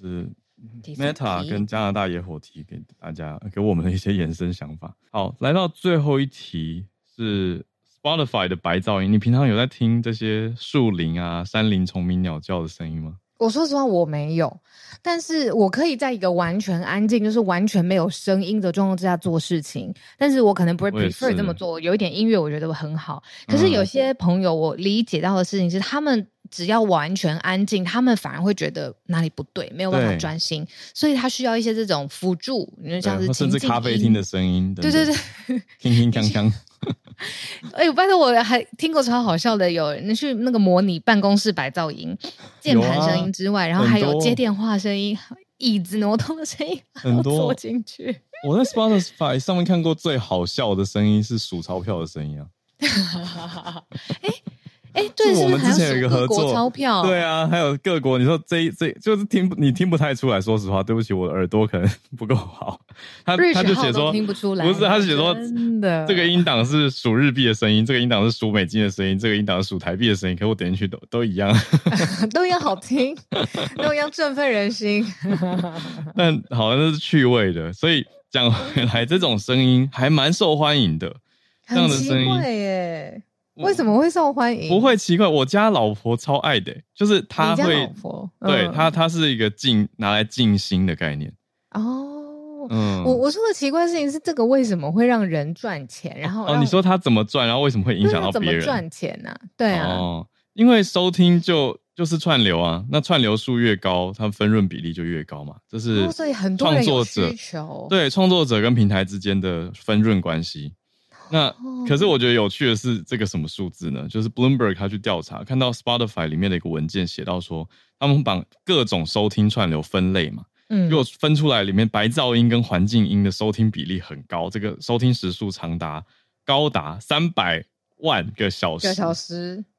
Meta 跟加拿大野火题给大家给我们的一些延伸想法。好，来到最后一题是 Spotify 的白噪音，你平常有在听这些树林啊、山林、虫鸣、鸟叫的声音吗？ 我说实话我没有，但是我可以在一个完全安静，就是完全没有声音的状况之下做事情，但是我可能不会 prefer 这么做，有一点音乐我觉得很好。可是有些朋友我理解到的事情是，他们只要完全安静，他们反而会觉得哪里不对，没有办法专心，所以他需要一些这种辅助，像是甚至咖啡厅的声音， 对对对， 铿铿锵锵。 哎、欸，我拜托，我还听过超好笑的，有人去那个模拟办公室白噪音、键盘声音之外，啊、然后还有接电话声音、椅子挪动的声音， 很多做进去。 我在 Spotify 上面看过最好笑的声音是数钞票的声音啊！ 哎。哎，对， 是我们之前有一个合作， 钞票， 对啊，还有各国，你说这这就是听你听不太出来，说实话，对不起，我的耳朵可能不够好。他他就写说听不出来， 不是，他是写说真的， 这个音档是数日币的声音，这个音档是数美金的声音，这个音档是数台币的声音，可我点进去都都一样， 都一样好听，都一样振奋人心。 但好像是趣味的，所以讲回来，这种声音还蛮受欢迎的，这样的声音耶。为什么会受欢迎？ 不会奇怪，我家老婆超爱的、欸，就是她会， 你家老婆对她，她是一个静拿来静心的概念。 哦，嗯，我我说的奇怪的事情是，这个为什么会让人赚钱？然后哦，你说他怎么赚，然后为什么会影响到别人？ 怎么赚钱呢、啊？对啊， 哦，因为收听就就是串流啊，那串流数越高，它分润比例就越高嘛，这是所以很多人有需求， 对创作者跟平台之间的分润关系。那可是我觉得有趣的是这个什么数字呢？就是 Bloomberg 他去调查，看到 Spotify 里面的一个文件写到说，他们把各种收听串流分类嘛，嗯，如果分出来里面白噪音跟环境音的收听比例很高，这个收听时数长达高达三百万个小时， 个小时，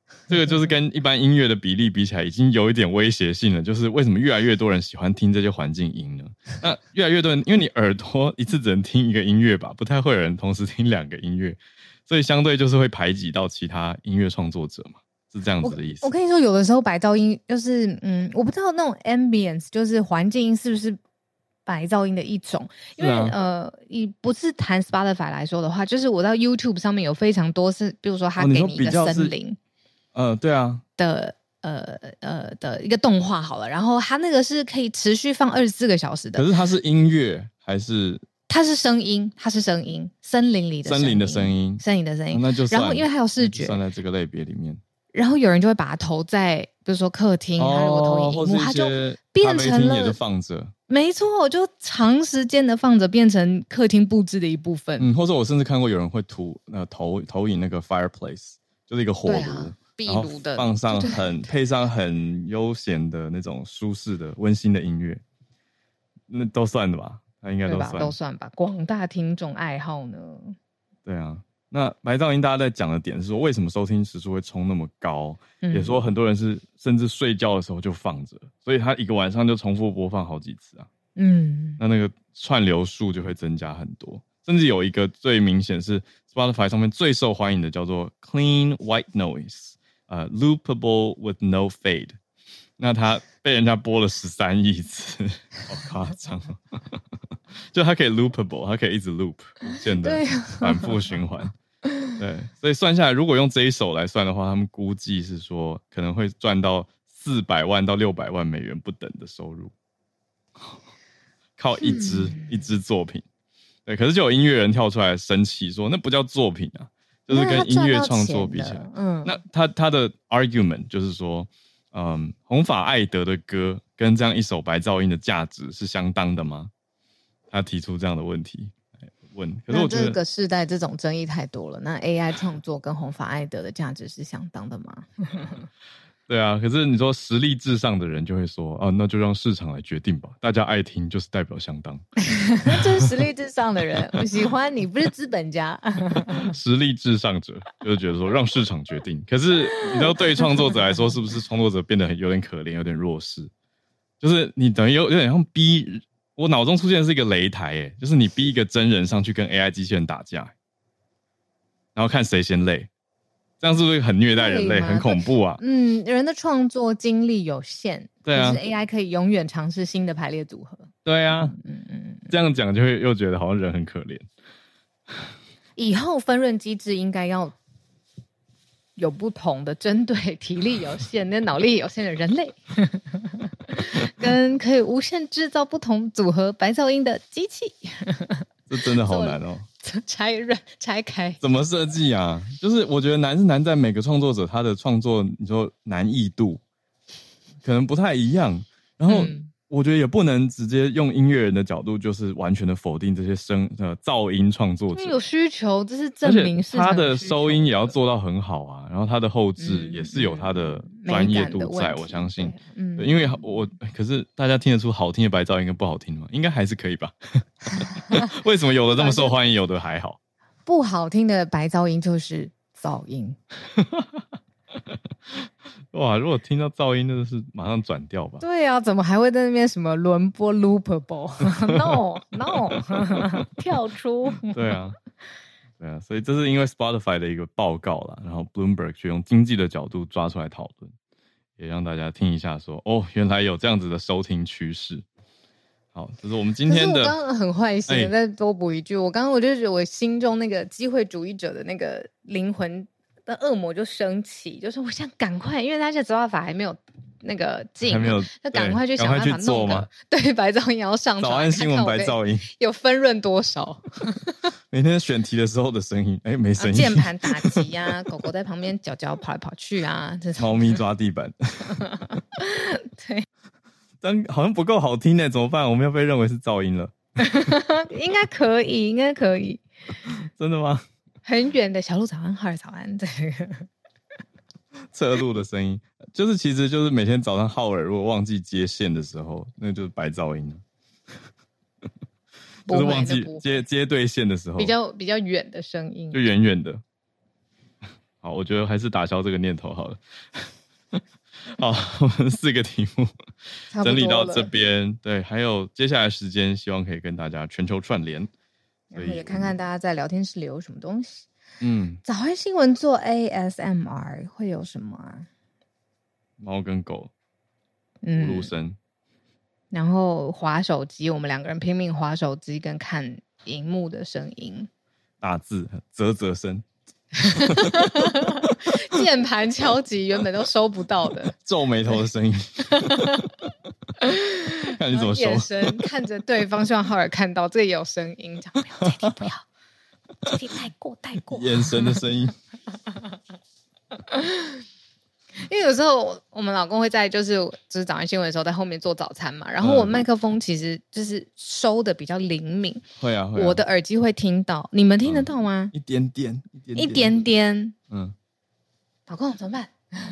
这个就是跟一般音乐的比例比起来已经有一点威胁性了，就是为什么越来越多人喜欢听这些环境音呢？那越来越多人，因为你耳朵一次只能听一个音乐吧，不太会有人同时听两个音乐，所以相对就是会排挤到其他音乐创作者嘛，是这样子的意思。 我, 我跟你说，有的时候白噪音就是嗯，我不知道那种 ambience 就是环境音是不是白噪音的一种，因为、啊、呃，以不是谈 Spotify 来说的话，就是我到 YouTube 上面有非常多是，比如说他给你一个森林， 呃，对啊的呃呃的一个动画好了，然后它那个是可以持续放二十四个小时的， 可是它是音乐还是？ 它是声音，它是声音，森林里的声音， 森林的声音， 森林的声音， 哦、那就算然后因为还有视觉， 算在这个类别里面。 然后有人就会把它投在，比如说客厅，他、哦、如果投影荧幕，它就变成了也就放着。 没错，就长时间的放着，变成客厅布置的一部分。 嗯，或者我甚至看过有人会涂呃投投影那个 fireplace， 就是一个火炉， 啊、壁炉的， 放上很配上很悠闲的那种舒适的温馨的音乐，那都算的吧？那应该都算吧，都算吧。广大听众爱好呢？ 对啊。那白噪音大家在讲的点是说，为什么收听时数会冲那么高？嗯、也说很多人是甚至睡觉的时候就放着，所以他一个晚上就重复播放好几次啊。嗯，那那个串流数就会增加很多，甚至有一个最明显是 Spotify 上面最受欢迎的叫做 Clean White Noise， 呃 ，Loopable with No Fade。那它被人家播了十三亿次，好夸张哦！就它可以 loopable， 它可以一直 loop， 无限的反复循环。对，所以算下来，如果用这一首来算的话，他们估计是说可能会赚到四百万到六百万美元不等的收入，靠一支、嗯、一支作品。对，可是就有音乐人跳出来生气说，那不叫作品啊，就是跟音乐创作比起来，嗯，那他他的 argument 就是说。嗯，红发艾德的歌跟这样一首白噪音的价值是相当的吗？他提出这样的问题问，可是我觉得这个世代这种争议太多了。那 A I 创作跟红发艾德的价值是相当的吗？ 对啊，可是你说实力至上的人就会说，啊，那就让市场来决定吧，大家爱听就是代表相当。 那就是实力至上的人，我喜欢你，不是资本家。 实力至上者就是觉得说让市场决定，可是你知道对于创作者来说，是不是创作者变得有点可怜，有点弱势？就是你等于有有点像逼我脑中出现的是一个擂台，哎，就是你逼一个真人上去跟 A I 机器人打架，然后看谁先累。这样是不是很虐待人类，很恐怖啊？ 嗯，人的创作精力有限， 对啊， 可是 A I 可以永远尝试新的排列组合。 对啊，嗯嗯嗯，这样讲就会又觉得好像人很可怜。 以后分润机制应该要有不同的，针对体力有限、跟脑力有限的人类，跟可以无限制造不同组合白噪音的机器。 这真的好难哦。 拆认拆开怎么设计啊？就是我觉得难是难在每个创作者他的创作，你说难易度可能不太一样，然后我觉得也不能直接用音乐人的角度，就是完全的否定这些声呃噪音创作者。 因为有需求，这是证明市场他的收音也要做到很好啊，然后他的后制也是有他的专业度在，嗯、我相信。嗯，因为我可是大家听得出好听的白噪音跟不好听吗？应该还是可以吧？为什么有的这么受欢迎，有的还好？ 不好听的白噪音就是噪音。 哇！如果听到噪音，真的是马上转掉吧？ 对啊，怎么还会在那边什么轮播 loopable no no 跳出？ 对啊，对啊，所以这是因为 Spotify 的一个报告啦，然后 Bloomberg 去用经济的角度抓出来讨论，也让大家听一下说，哦，原来有这样子的收听趋势。好，这是我们今天的。 可是我刚刚很坏心的、欸、再多补一句，我刚刚我就觉得我心中那个机会主义者的那个灵魂的恶魔就升起，就说我想赶快，因为他现在执法法还没有那个进， 还没有， 就赶快去想办法弄个对白噪音要上传， 早安新闻白噪音有分润多少？ 每天选题的时候的声音，哎、欸，没声音， 键、啊、盘打击啊，狗狗在旁边脚脚跑来跑去啊，这种猫咪抓地板， 对。 但好像不够好听呢，怎么办？我们要被认为是噪音了？ 应该可以，应该可以。 真的吗？ 很远的小鹿早安，哈尔早安，这个侧录的声音，就是其实就是每天早上浩尔如果忘记接线的时候，那就是白噪音了。就是忘记接接对线的时候， 比较比较远的声音， 就远远的。 好，我觉得还是打消这个念头好了。好，我们四个题目整理到这边，对，还有接下来时间，希望可以跟大家全球串联， 然后也看看大家在聊天室里有什么东西。 嗯， 早安新闻做 A S M R 会有什么啊？ 猫跟狗，呼噜声、嗯， 然后滑手机，我们两个人拼命滑手机跟看荧幕的声音， 打字啧啧声。 键盘敲击原本都收不到的皱眉头的声音。看你怎么收， 眼神看着对方，希望浩尔看到这也有声音，这样不要，这题不要，这题带过带过， 眼神的声音。 因为有时候我们老公会在就是就是早安新闻的时候在后面做早餐嘛，然后我麦克风其实就是收的比较灵敏， 会啊会啊， 我的耳机会听到，你们听得到吗？ 嗯、一点点一点点一点点， 嗯， 老公怎么办？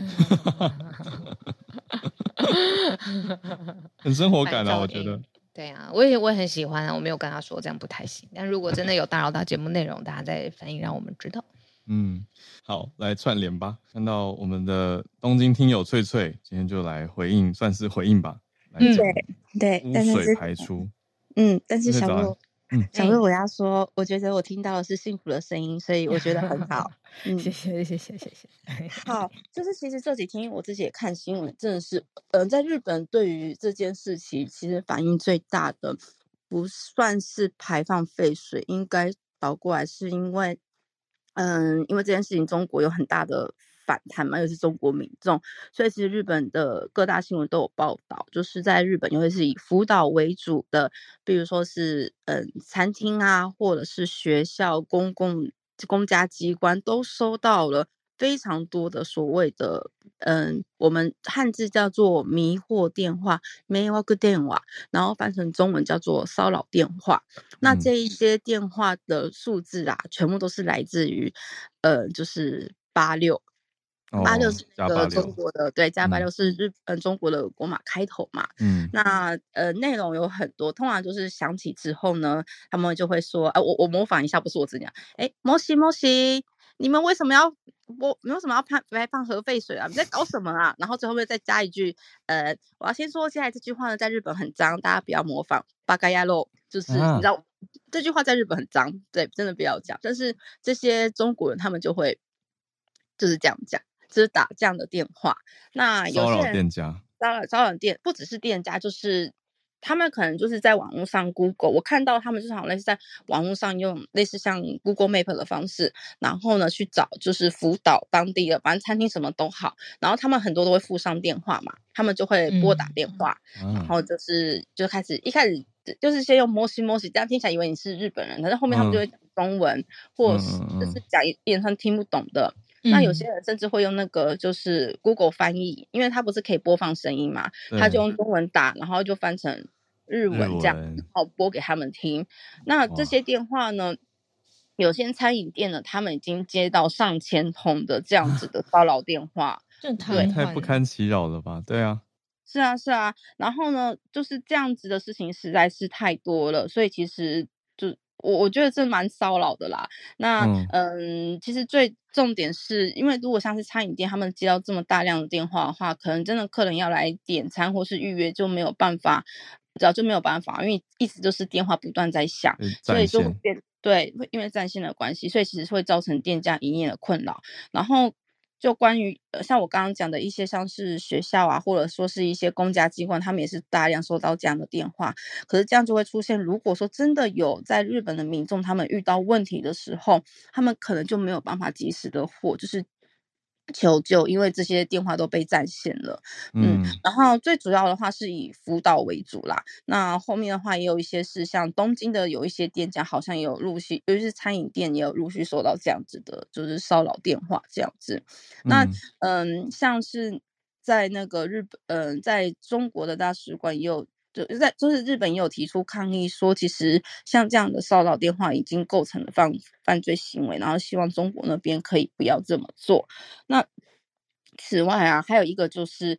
很生活感啊，我觉得。 对啊，我也我也很喜欢啊，我没有跟他说这样不太行，但如果真的有打扰到节目内容，大家再反映让我们知道。 嗯，好，来串联吧。看到我们的东京听友翠翠，今天就来回应，算是回应吧。 嗯，对对， 污水排出。 嗯，但是小鹿，嗯，小鹿我要说，我觉得我听到的是幸福的声音，所以我觉得很好。 嗯，谢谢谢谢谢谢。 好，就是其实这几天我自己也看新闻，真的是，嗯、呃，在日本对于这件事情，其实反应最大的不算是排放废水，应该倒过来是因为。嗯，因为这件事情中国有很大的反弹嘛，又是中国民众，所以其实日本的各大新闻都有报道，就是在日本尤其是以福岛为主的，比如说是嗯餐厅啊，或者是学校、公共公家机关都收到了非常多的所谓的嗯，我们汉字叫做迷惑电话 迷惑電話，然后翻成中文叫做骚扰电话。那这一些电话的数字啊，全部都是来自于呃，就是八六。八六是那个中国的，对，加八六是日嗯中国的国码开头嘛。嗯，那呃内容有很多，通常就是响起之后呢，他们就会说，啊，我我模仿一下，不是我自己讲，哎，摩西摩西，你们为什么要我为什么要排排放核废水啊？你在搞什么啊？然后最后面再加一句，呃，我要先说，现在这句话呢，在日本很脏，大家不要模仿。巴嘎亚肉就是、啊、你知道这句话在日本很脏，对，真的不要讲。但是这些中国人他们就会就是这样讲。就是打这样的电话，那有些人骚扰店家， 骚扰骚扰店不只是店家，就是他们可能就是在网络上 Google， 我看到他们就是好像类似在网络上用类似像 Google Map 的方式，然后呢去找就是福岛当地的，反正餐厅什么都好，然后他们很多都会附上电话嘛，他们就会拨打电话，嗯、然后就是就开始一开始就是先用摩西摩西，这样听起来以为你是日本人，但是后面他们就会讲中文，嗯、或者是就是讲一连串听不懂的。那有些人甚至会用那个就是 Google 翻译，因为它不是可以播放声音嘛，他就用中文打，然后就翻成日文这样，然后播给他们听。那这些电话呢，有些餐饮店呢，他们已经接到上千通的这样子的骚扰电话， 对， 太不堪其扰了吧？对啊， 是啊是啊。然后呢，就是这样子的事情实在是太多了，所以其实就。我我觉得这蛮骚扰的啦。那 嗯, 嗯，其实最重点是因为如果像是餐饮店，他们接到这么大量的电话的话，可能真的客人要来点餐或是预约就没有办法，只要就没有办法，因为一直就是电话不断在响，所以就会变对，因为占线的关系，所以其实会造成店家营业的困扰。然后。就关于呃，像我刚刚讲的一些像是学校啊，或者说是一些公家机关，他们也是大量收到这样的电话。可是这样就会出现，如果说真的有在日本的民众他们遇到问题的时候，他们可能就没有办法及时的或就是求救，因为这些电话都被占线了。嗯, 嗯，然后最主要的话是以福岛为主啦。那后面的话也有一些是像东京的有一些店家好像也有陆续，尤其是餐饮店也有陆续收到这样子的，就是骚扰电话这样子。那嗯，像是在那个日本，嗯、呃，在中国的大使馆也有。就在就是日本也有提出抗议说，其实像这样的骚扰电话已经构成了犯犯罪行为，然后希望中国那边可以不要这么做。那此外啊，还有一个就是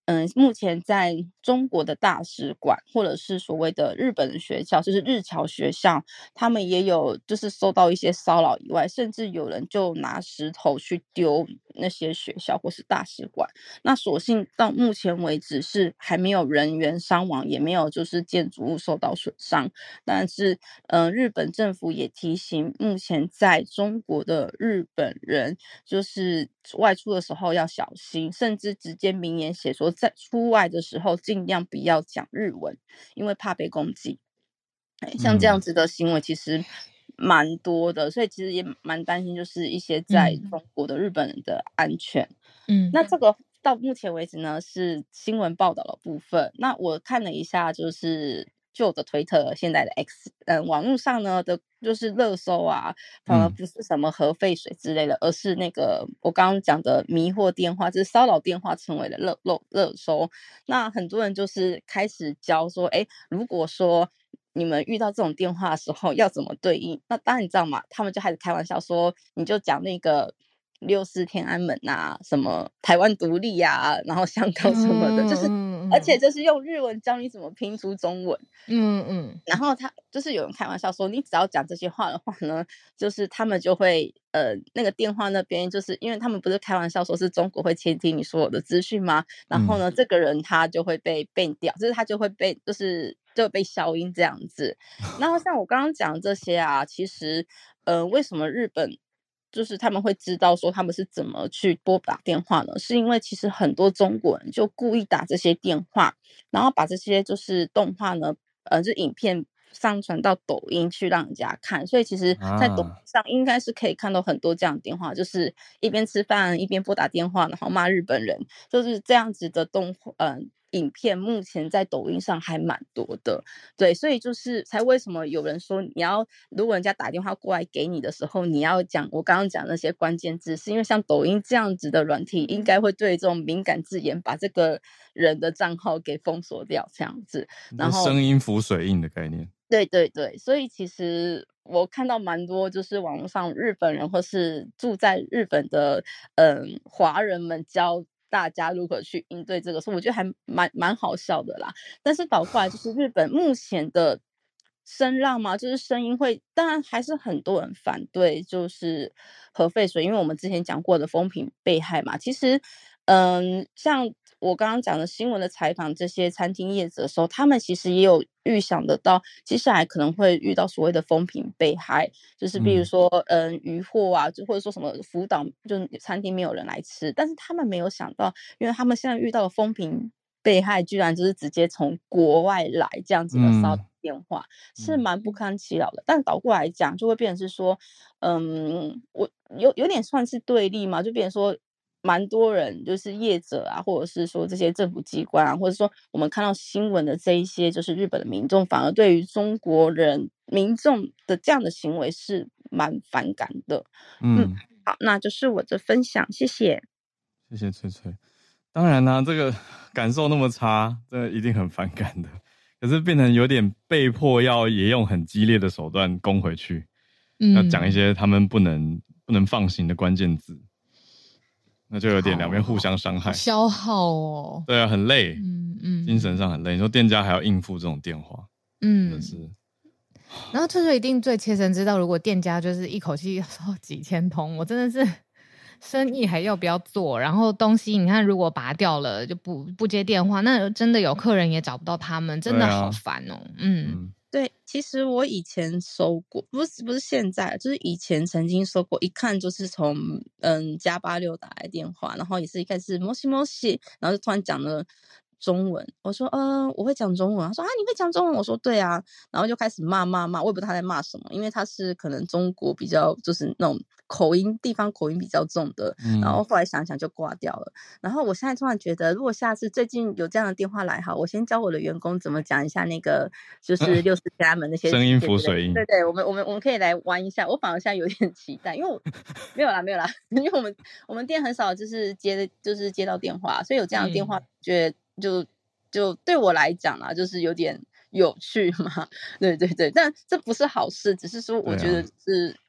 嗯，目前在中国的大使馆或者是所谓的日本的学校，就是日侨学校，他们也有就是受到一些骚扰以外，甚至有人就拿石头去丢那些学校或是大使馆。那所幸到目前为止是还没有人员伤亡，也没有就是建筑物受到损伤。但是，呃，日本政府也提醒，目前在中国的日本人，就是外出的时候要小心，甚至直接明言写说，在出外的时候尽量不要讲日文，因为怕被攻击。像这样子的行为其实蛮多的，所以其实也蛮担心，就是一些在中国的日本人的安全。嗯，那这个到目前为止呢是新闻报道的部分。那我看了一下，就是旧的推特，现在的 X， 嗯，网络上呢的就是热搜啊，反而不是什么核废水之类的，嗯、而是那个我刚刚讲的迷惑电话，就是骚扰电话成为了热热热搜。那很多人就是开始教说，哎，如果说你们遇到这种电话的时候要怎么对应？那当然你知道吗？他们就开始开玩笑说，你就讲那个六四天安门啊，什么台湾独立啊，然后香港什么的，嗯、就是，而且就是用日文教你怎么拼出中文。嗯嗯。然后他就是有人开玩笑说，你只要讲这些话的话呢，就是他们就会呃那个电话那边，就是因为他们不是开玩笑说是中国会窃听你所有的资讯吗？然后呢，嗯、这个人他就会被ban掉，就是他就会被就是就被消音这样子。然后像我刚刚讲这些啊，其实呃为什么日本就是他们会知道说他们是怎么去拨打电话呢？是因为其实很多中国人就故意打这些电话，然后把这些就是动画呢，呃，就影片上传到抖音去让人家看，所以其实在抖音上应该是可以看到很多这样的电话，就是一边吃饭一边拨打电话，然后骂日本人，就是这样子的动画，呃影片目前在抖音上还蛮多的。对，所以就是才为什么有人说你要如果人家打电话过来给你的时候，你要讲我刚刚讲那些关键字，是因为像抖音这样子的软体应该会对这种敏感字眼把这个人的账号给封锁掉这样子，然后声音浮水印的概念。 对对对，所以其实我看到蛮多就是网络上日本人或是住在日本的嗯华人们教大家如何去应对这个，所以我觉得还蛮蛮好笑的啦。但是倒过来就是日本目前的声浪嘛，就是声音会，当然还是很多人反对，就是核废水，因为我们之前讲过的风评被害嘛。其实，嗯，像我刚刚讲的新闻的采访这些餐厅业者的时候，他们其实也有预想得到，接下来可能会遇到所谓的风评被害，就是比如说，嗯，渔获啊，就或者说什么福岛就餐厅没有人来吃，但是他们没有想到，因为他们现在遇到的风评被害，居然就是直接从国外来这样子的骚扰电话，嗯、是蛮不堪其扰的。但倒过来讲，就会变成是说，嗯，我有有点算是对立嘛，就变成说。蛮多人就是业者啊，或者是说这些政府机关啊，或者说我们看到新闻的这一些就是日本的民众，反而对于中国人民众的这样的行为是蛮反感的。嗯，嗯好，那就是我的分享，谢谢。 谢谢翠翠。当然啦、啊，这个感受那么差，这一定很反感的。可是变成有点被迫要也用很激烈的手段攻回去，嗯、要讲一些他们不能不能放行的关键字。那就有点两边互相伤害， 消耗哦。 对啊，很累，嗯嗯，精神上很累。你说店家还要应付这种电话，嗯，真的是。 然后翠翠一定最切身知道，如果店家就是一口气说几千通，我真的是生意还要不要做？然后东西你看，如果拔掉了就不不接电话，那真的有客人也找不到他们，真的好烦哦。啊、嗯。嗯对，其实我以前收过，不是不是现在，就是以前曾经收过，一看就是从嗯加八六打来电话，然后也是一开始摩西摩西，然后就突然讲了中文，我说呃我会讲中文，他说啊你会讲中文，我说对啊，然后就开始骂骂骂，我也不知道他在骂什么，因为他是可能中国比较就是那种口音地方口音比较重的，然后后来想想就挂掉了。然后我现在突然觉得，如果下次最近有这样的电话来，好，我先教我的员工怎么讲一下那个就是六四天安门那些声音浮水印。 对对，我们我们我们可以来玩一下。我反而现在有点期待，因为我没有啦没有啦，因为我们我们店很少就是接就是接到电话，所以有这样的电话，觉得就就对我来讲啦，就是有点有趣嘛。对对对，但这不是好事，只是说我觉得是。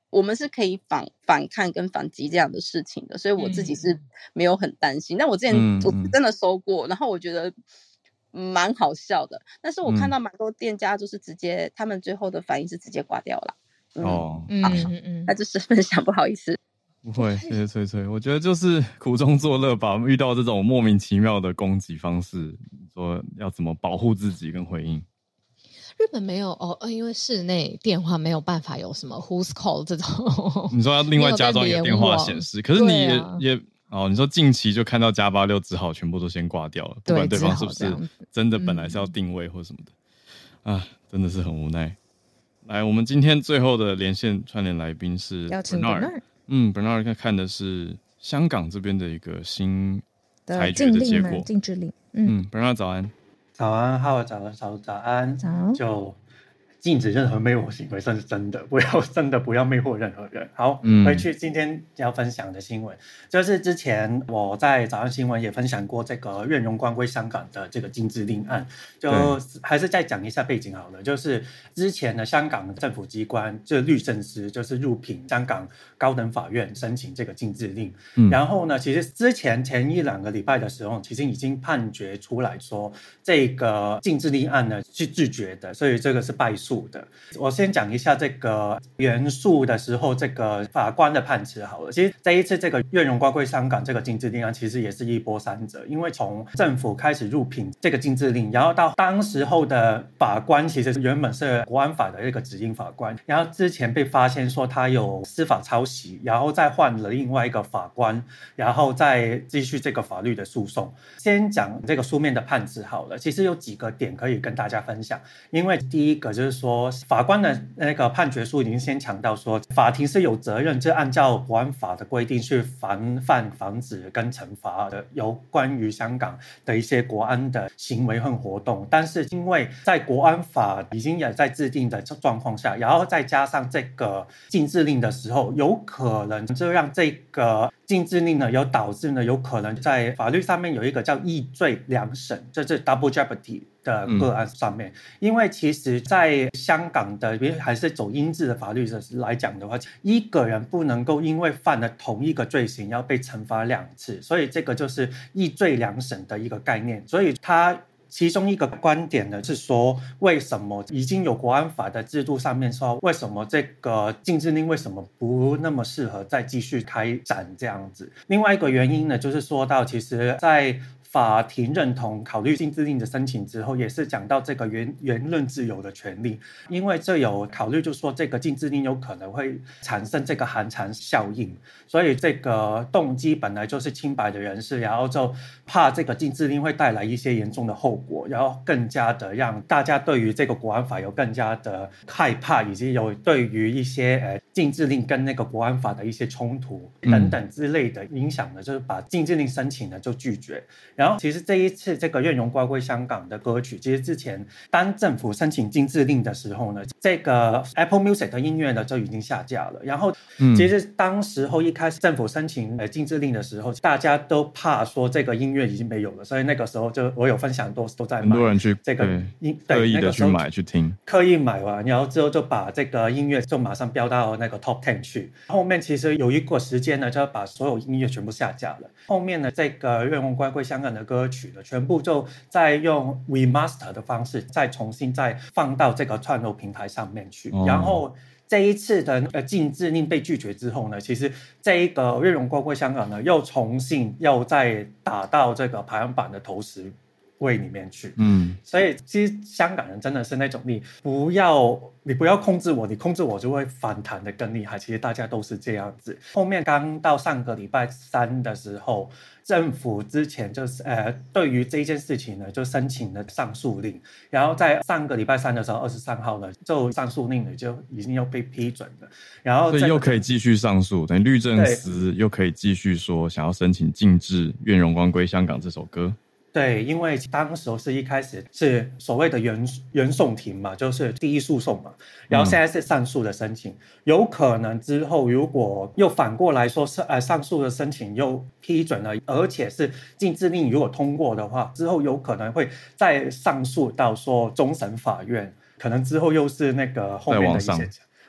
我们是可以反反抗跟反击这样的事情的，所以我自己是没有很担心。但我之前我真的收过，然后我觉得蛮好笑的。但是我看到蛮多店家就是直接，他们最后的反应是直接挂掉了。 哦， 嗯嗯嗯， 那就是分享，不好意思。 不会，谢谢翠翠。我觉得就是苦中作乐吧，遇到这种莫名其妙的攻击方式，说要怎么保护自己跟回应。 日本没有哦，因为室内电话没有办法有什么 Who's Call 这种。 你说要另外加装一个电话显示，可是你也、啊、也哦，你说近期就看到加八六，只好全部都先挂掉了，不管对方是不是真的本来是要定位或什么的、嗯、啊，真的是很无奈。来，我们今天最后的连线串联来宾是 Bernard， 嗯 ，Bernard 看的是香港这边的一个新裁决的结果， 禁制令。 嗯, 嗯 ，Bernard 早安。 早安，好，早早早安，早，就禁止任何魅惑行为，算是真的，不要真的不要魅惑任何人。好，嗯、回去今天要分享的新闻，就是之前我在早上新闻也分享过这个愿荣光归香港的这个禁制令案，就还是再讲一下背景好了。就是之前的香港政府机关，就是律政司，就是入禀香港高等法院申请这个禁制令、嗯，然后呢，其实之前前一两个礼拜的时候，其实已经判决出来说这个禁制令案呢是拒绝的，所以这个是败诉。我先讲一下这个原诉的时候这个法官的判词好了。其实这一次这个愿荣光归香港这个禁制令案其实也是一波三折，因为从政府开始入禀这个禁制令，然后到当时候的法官其实原本是国安法的一个指定法官，然后之前被发现说他有司法抄袭，然后再换了另外一个法官，然后再继续这个法律的诉讼。先讲这个书面的判词好了，其实有几个点可以跟大家分享。因为第一个就是说说法官的那个判决书已经先强调说，法庭是有责任，就按照国安法的规定去防范、防止跟惩罚的有关于香港的一些国安的行为和活动。但是因为在国安法已经也在制定的状况下，然后再加上这个禁制令的时候，有可能就让这个禁制令呢，有导致呢，有可能在法律上面有一个叫易罪两审，这是 double jeopardy 的个案上面、嗯、因为其实在香港的还是走英制的法律来讲的话，一个人不能够因为犯了同一个罪行要被惩罚两次，所以这个就是易罪两审的一个概念。所以他其中一个观点呢是说，为什么已经有国安法的制度上面说，为什么这个禁制令为什么不那么适合再继续开展这样子。另外一个原因呢，就是说到其实在法庭认同考虑禁制令的申请之后，也是讲到这个言言论自由的权利，因为这有考虑就是说这个禁制令有可能会产生这个寒蝉效应，所以这个动机本来就是清白的人士，然后就怕这个禁制令会带来一些严重的后果，然后更加的让大家对于这个国安法有更加的害怕，以及有对于一些呃禁制令跟那个国安法的一些冲突等等之类的影响呢，就是把禁制令申请呢就拒绝。然后其实这一次这个愿荣光归香港的歌曲，其实之前当政府申请禁制令的时候呢，这个 Apple Music 的音乐呢就已经下架了。然后其实当时候一开始政府申请禁制令的时候，大家都怕说这个音乐已经没有了，所以那个时候就我有分享都都在买， 很多人去这个音刻意的去买去听， 刻意买完，然后之后就把这个音乐就马上飙到那个 Top 十 去。后面其实有一个时间呢，就要把所有音乐全部下架了。后面呢，这个愿荣光归香港的歌曲呢，全部就再用 remaster 的方式再重新再放到这个串流平台上面去、哦、然后这一次的呃禁制令被拒绝之后呢，其实这一个愿荣光归香港呢又重新又再打到这个排行榜的头十位里面去。嗯，所以其实香港人真的是那种你不要你不要控制我，你控制我就会反弹的更厉害，其实大家都是这样子。后面刚到上个礼拜三的时候，政府之前就是呃对于这件事情呢就申请了上诉令，然后在上个礼拜三的时候二十三号呢就上诉令呢就已经又被批准了，然后、这个、 所以又可以继续上诉，等于律政司又可以继续说想要申请禁制愿荣光归香港这首歌。 对，因为当时是一开始是所谓的原原讼庭嘛，就是第一诉讼嘛，然后现在是上诉的申请、嗯、有可能之后如果又反过来说是呃上诉的申请又批准了，而且是禁制令如果通过的话，之后有可能会再上诉到说终审法院，可能之后又是那个后面的一些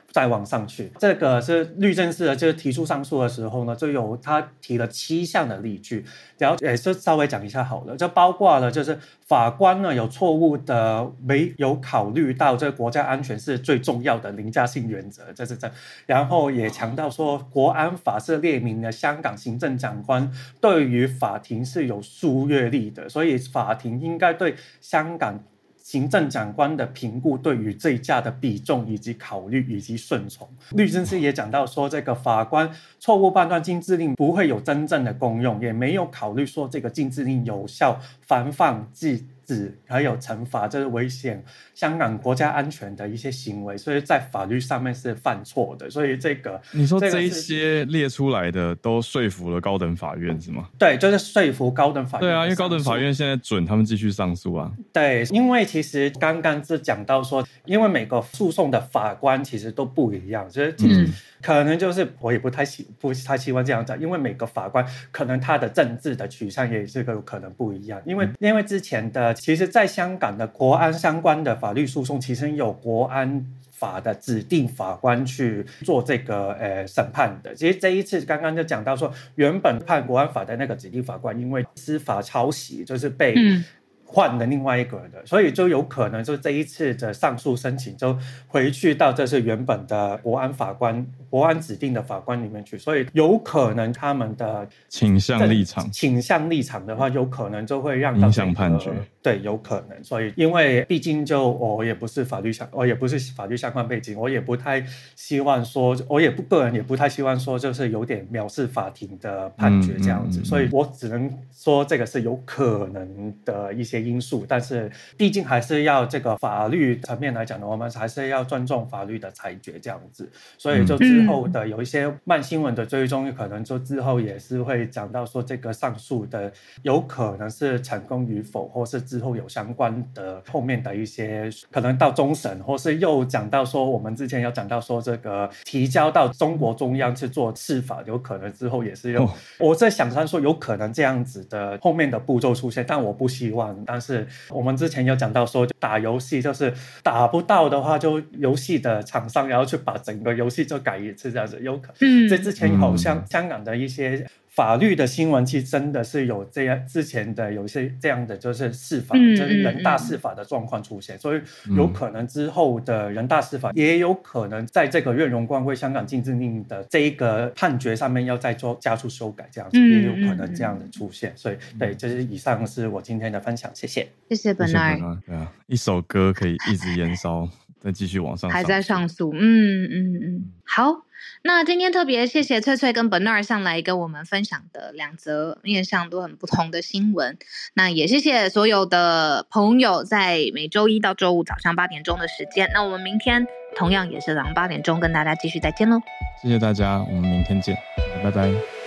再往上去。这个是律政司的就是提出上诉的时候呢，就有他提了七项的例据，然后也是稍微讲一下好了，就包括了就是法官呢有错误的没有考虑到这个国家安全是最重要的凌驾性原则，这是这，然后也强调说国安法是列明了香港行政长官对于法庭是有疏越力的，所以法庭应该对香港行政长官的评估对于这一价的比重以及考虑以及顺从。律政司也讲到说，这个法官错误判断禁制令不会有真正的功用，也没有考虑说这个禁制令有效防范制止还有惩罚这是危险香港国家安全的一些行为，所以在法律上面是犯错的。所以这个你说这一些列出来的都说服了高等法院是吗？ 对，就是说服高等法院。 对啊，因为高等法院现在准他们继续上诉啊。 对，因为其实刚刚是讲到说，因为每个诉讼的法官其实都不一样，所以其实可能就是我也不太喜不太希望这样讲，因为每个法官可能他的政治的取向也是有可能不一样。因为因为之前的其实在香港的国安相关的法律诉讼，其实有国安法的指定法官去做这个呃审判的。其实这一次刚刚就讲到说，原本判国安法的那个指定法官因为司法抄袭就是被换了另外一个的，所以就有可能就这一次的上诉申请就回去到这是原本的国安法官国安指定的法官里面去，所以有可能他们的倾向立场倾向立场的话，有可能就会让到、 这个、影响判决。 对，有可能。所以因为毕竟就我也不是法律相我也不是法律相关背景，我也不太希望说我也不个人也不太希望说就是有点藐视法庭的判决这样子、嗯嗯嗯、所以我只能说这个是有可能的一些因素，但是毕竟还是要这个法律层面来讲的，我们还是要尊重法律的裁决这样子。所以就之后的有一些慢新闻的追踪，可能就之后也是会讲到说这个上诉的有可能是成功与否，或是之后有相关的后面的一些可能到终审，或是又讲到说我们之前有讲到说这个提交到中国中央去做释法，有可能之后也是有、哦、我在想象说有可能这样子的后面的步骤出现，但我不希望。但是我们之前有讲到说打游戏就是打不到的话，就游戏的厂商然后去把整个游戏就改一次这样子，有可能。这、嗯、之前好像香港的一些法律的新闻其实真的是有这样之前的有一些这样的就是释法、嗯、就是人大释法的状况出现、嗯、所以有可能之后的人大释法也有可能在这个愿荣光为香港禁制令的这一个判决上面要再做加速修改这样子、嗯、也有可能这样的出现。所以对，这、就是以上是我今天的分享，谢谢。 谢谢 Bernard。 对啊，一首歌可以一直延烧再继续往上还在上诉。嗯嗯嗯，好，那今天特别谢谢翠翠跟 Bernard 上来跟我们分享的两则面向都很不同的新闻。那也谢谢所有的朋友在每周一到周五早上八点钟的时间，那我们明天同样也是早上八点钟跟大家继续再见咯。 谢谢大家，我们明天见，拜拜。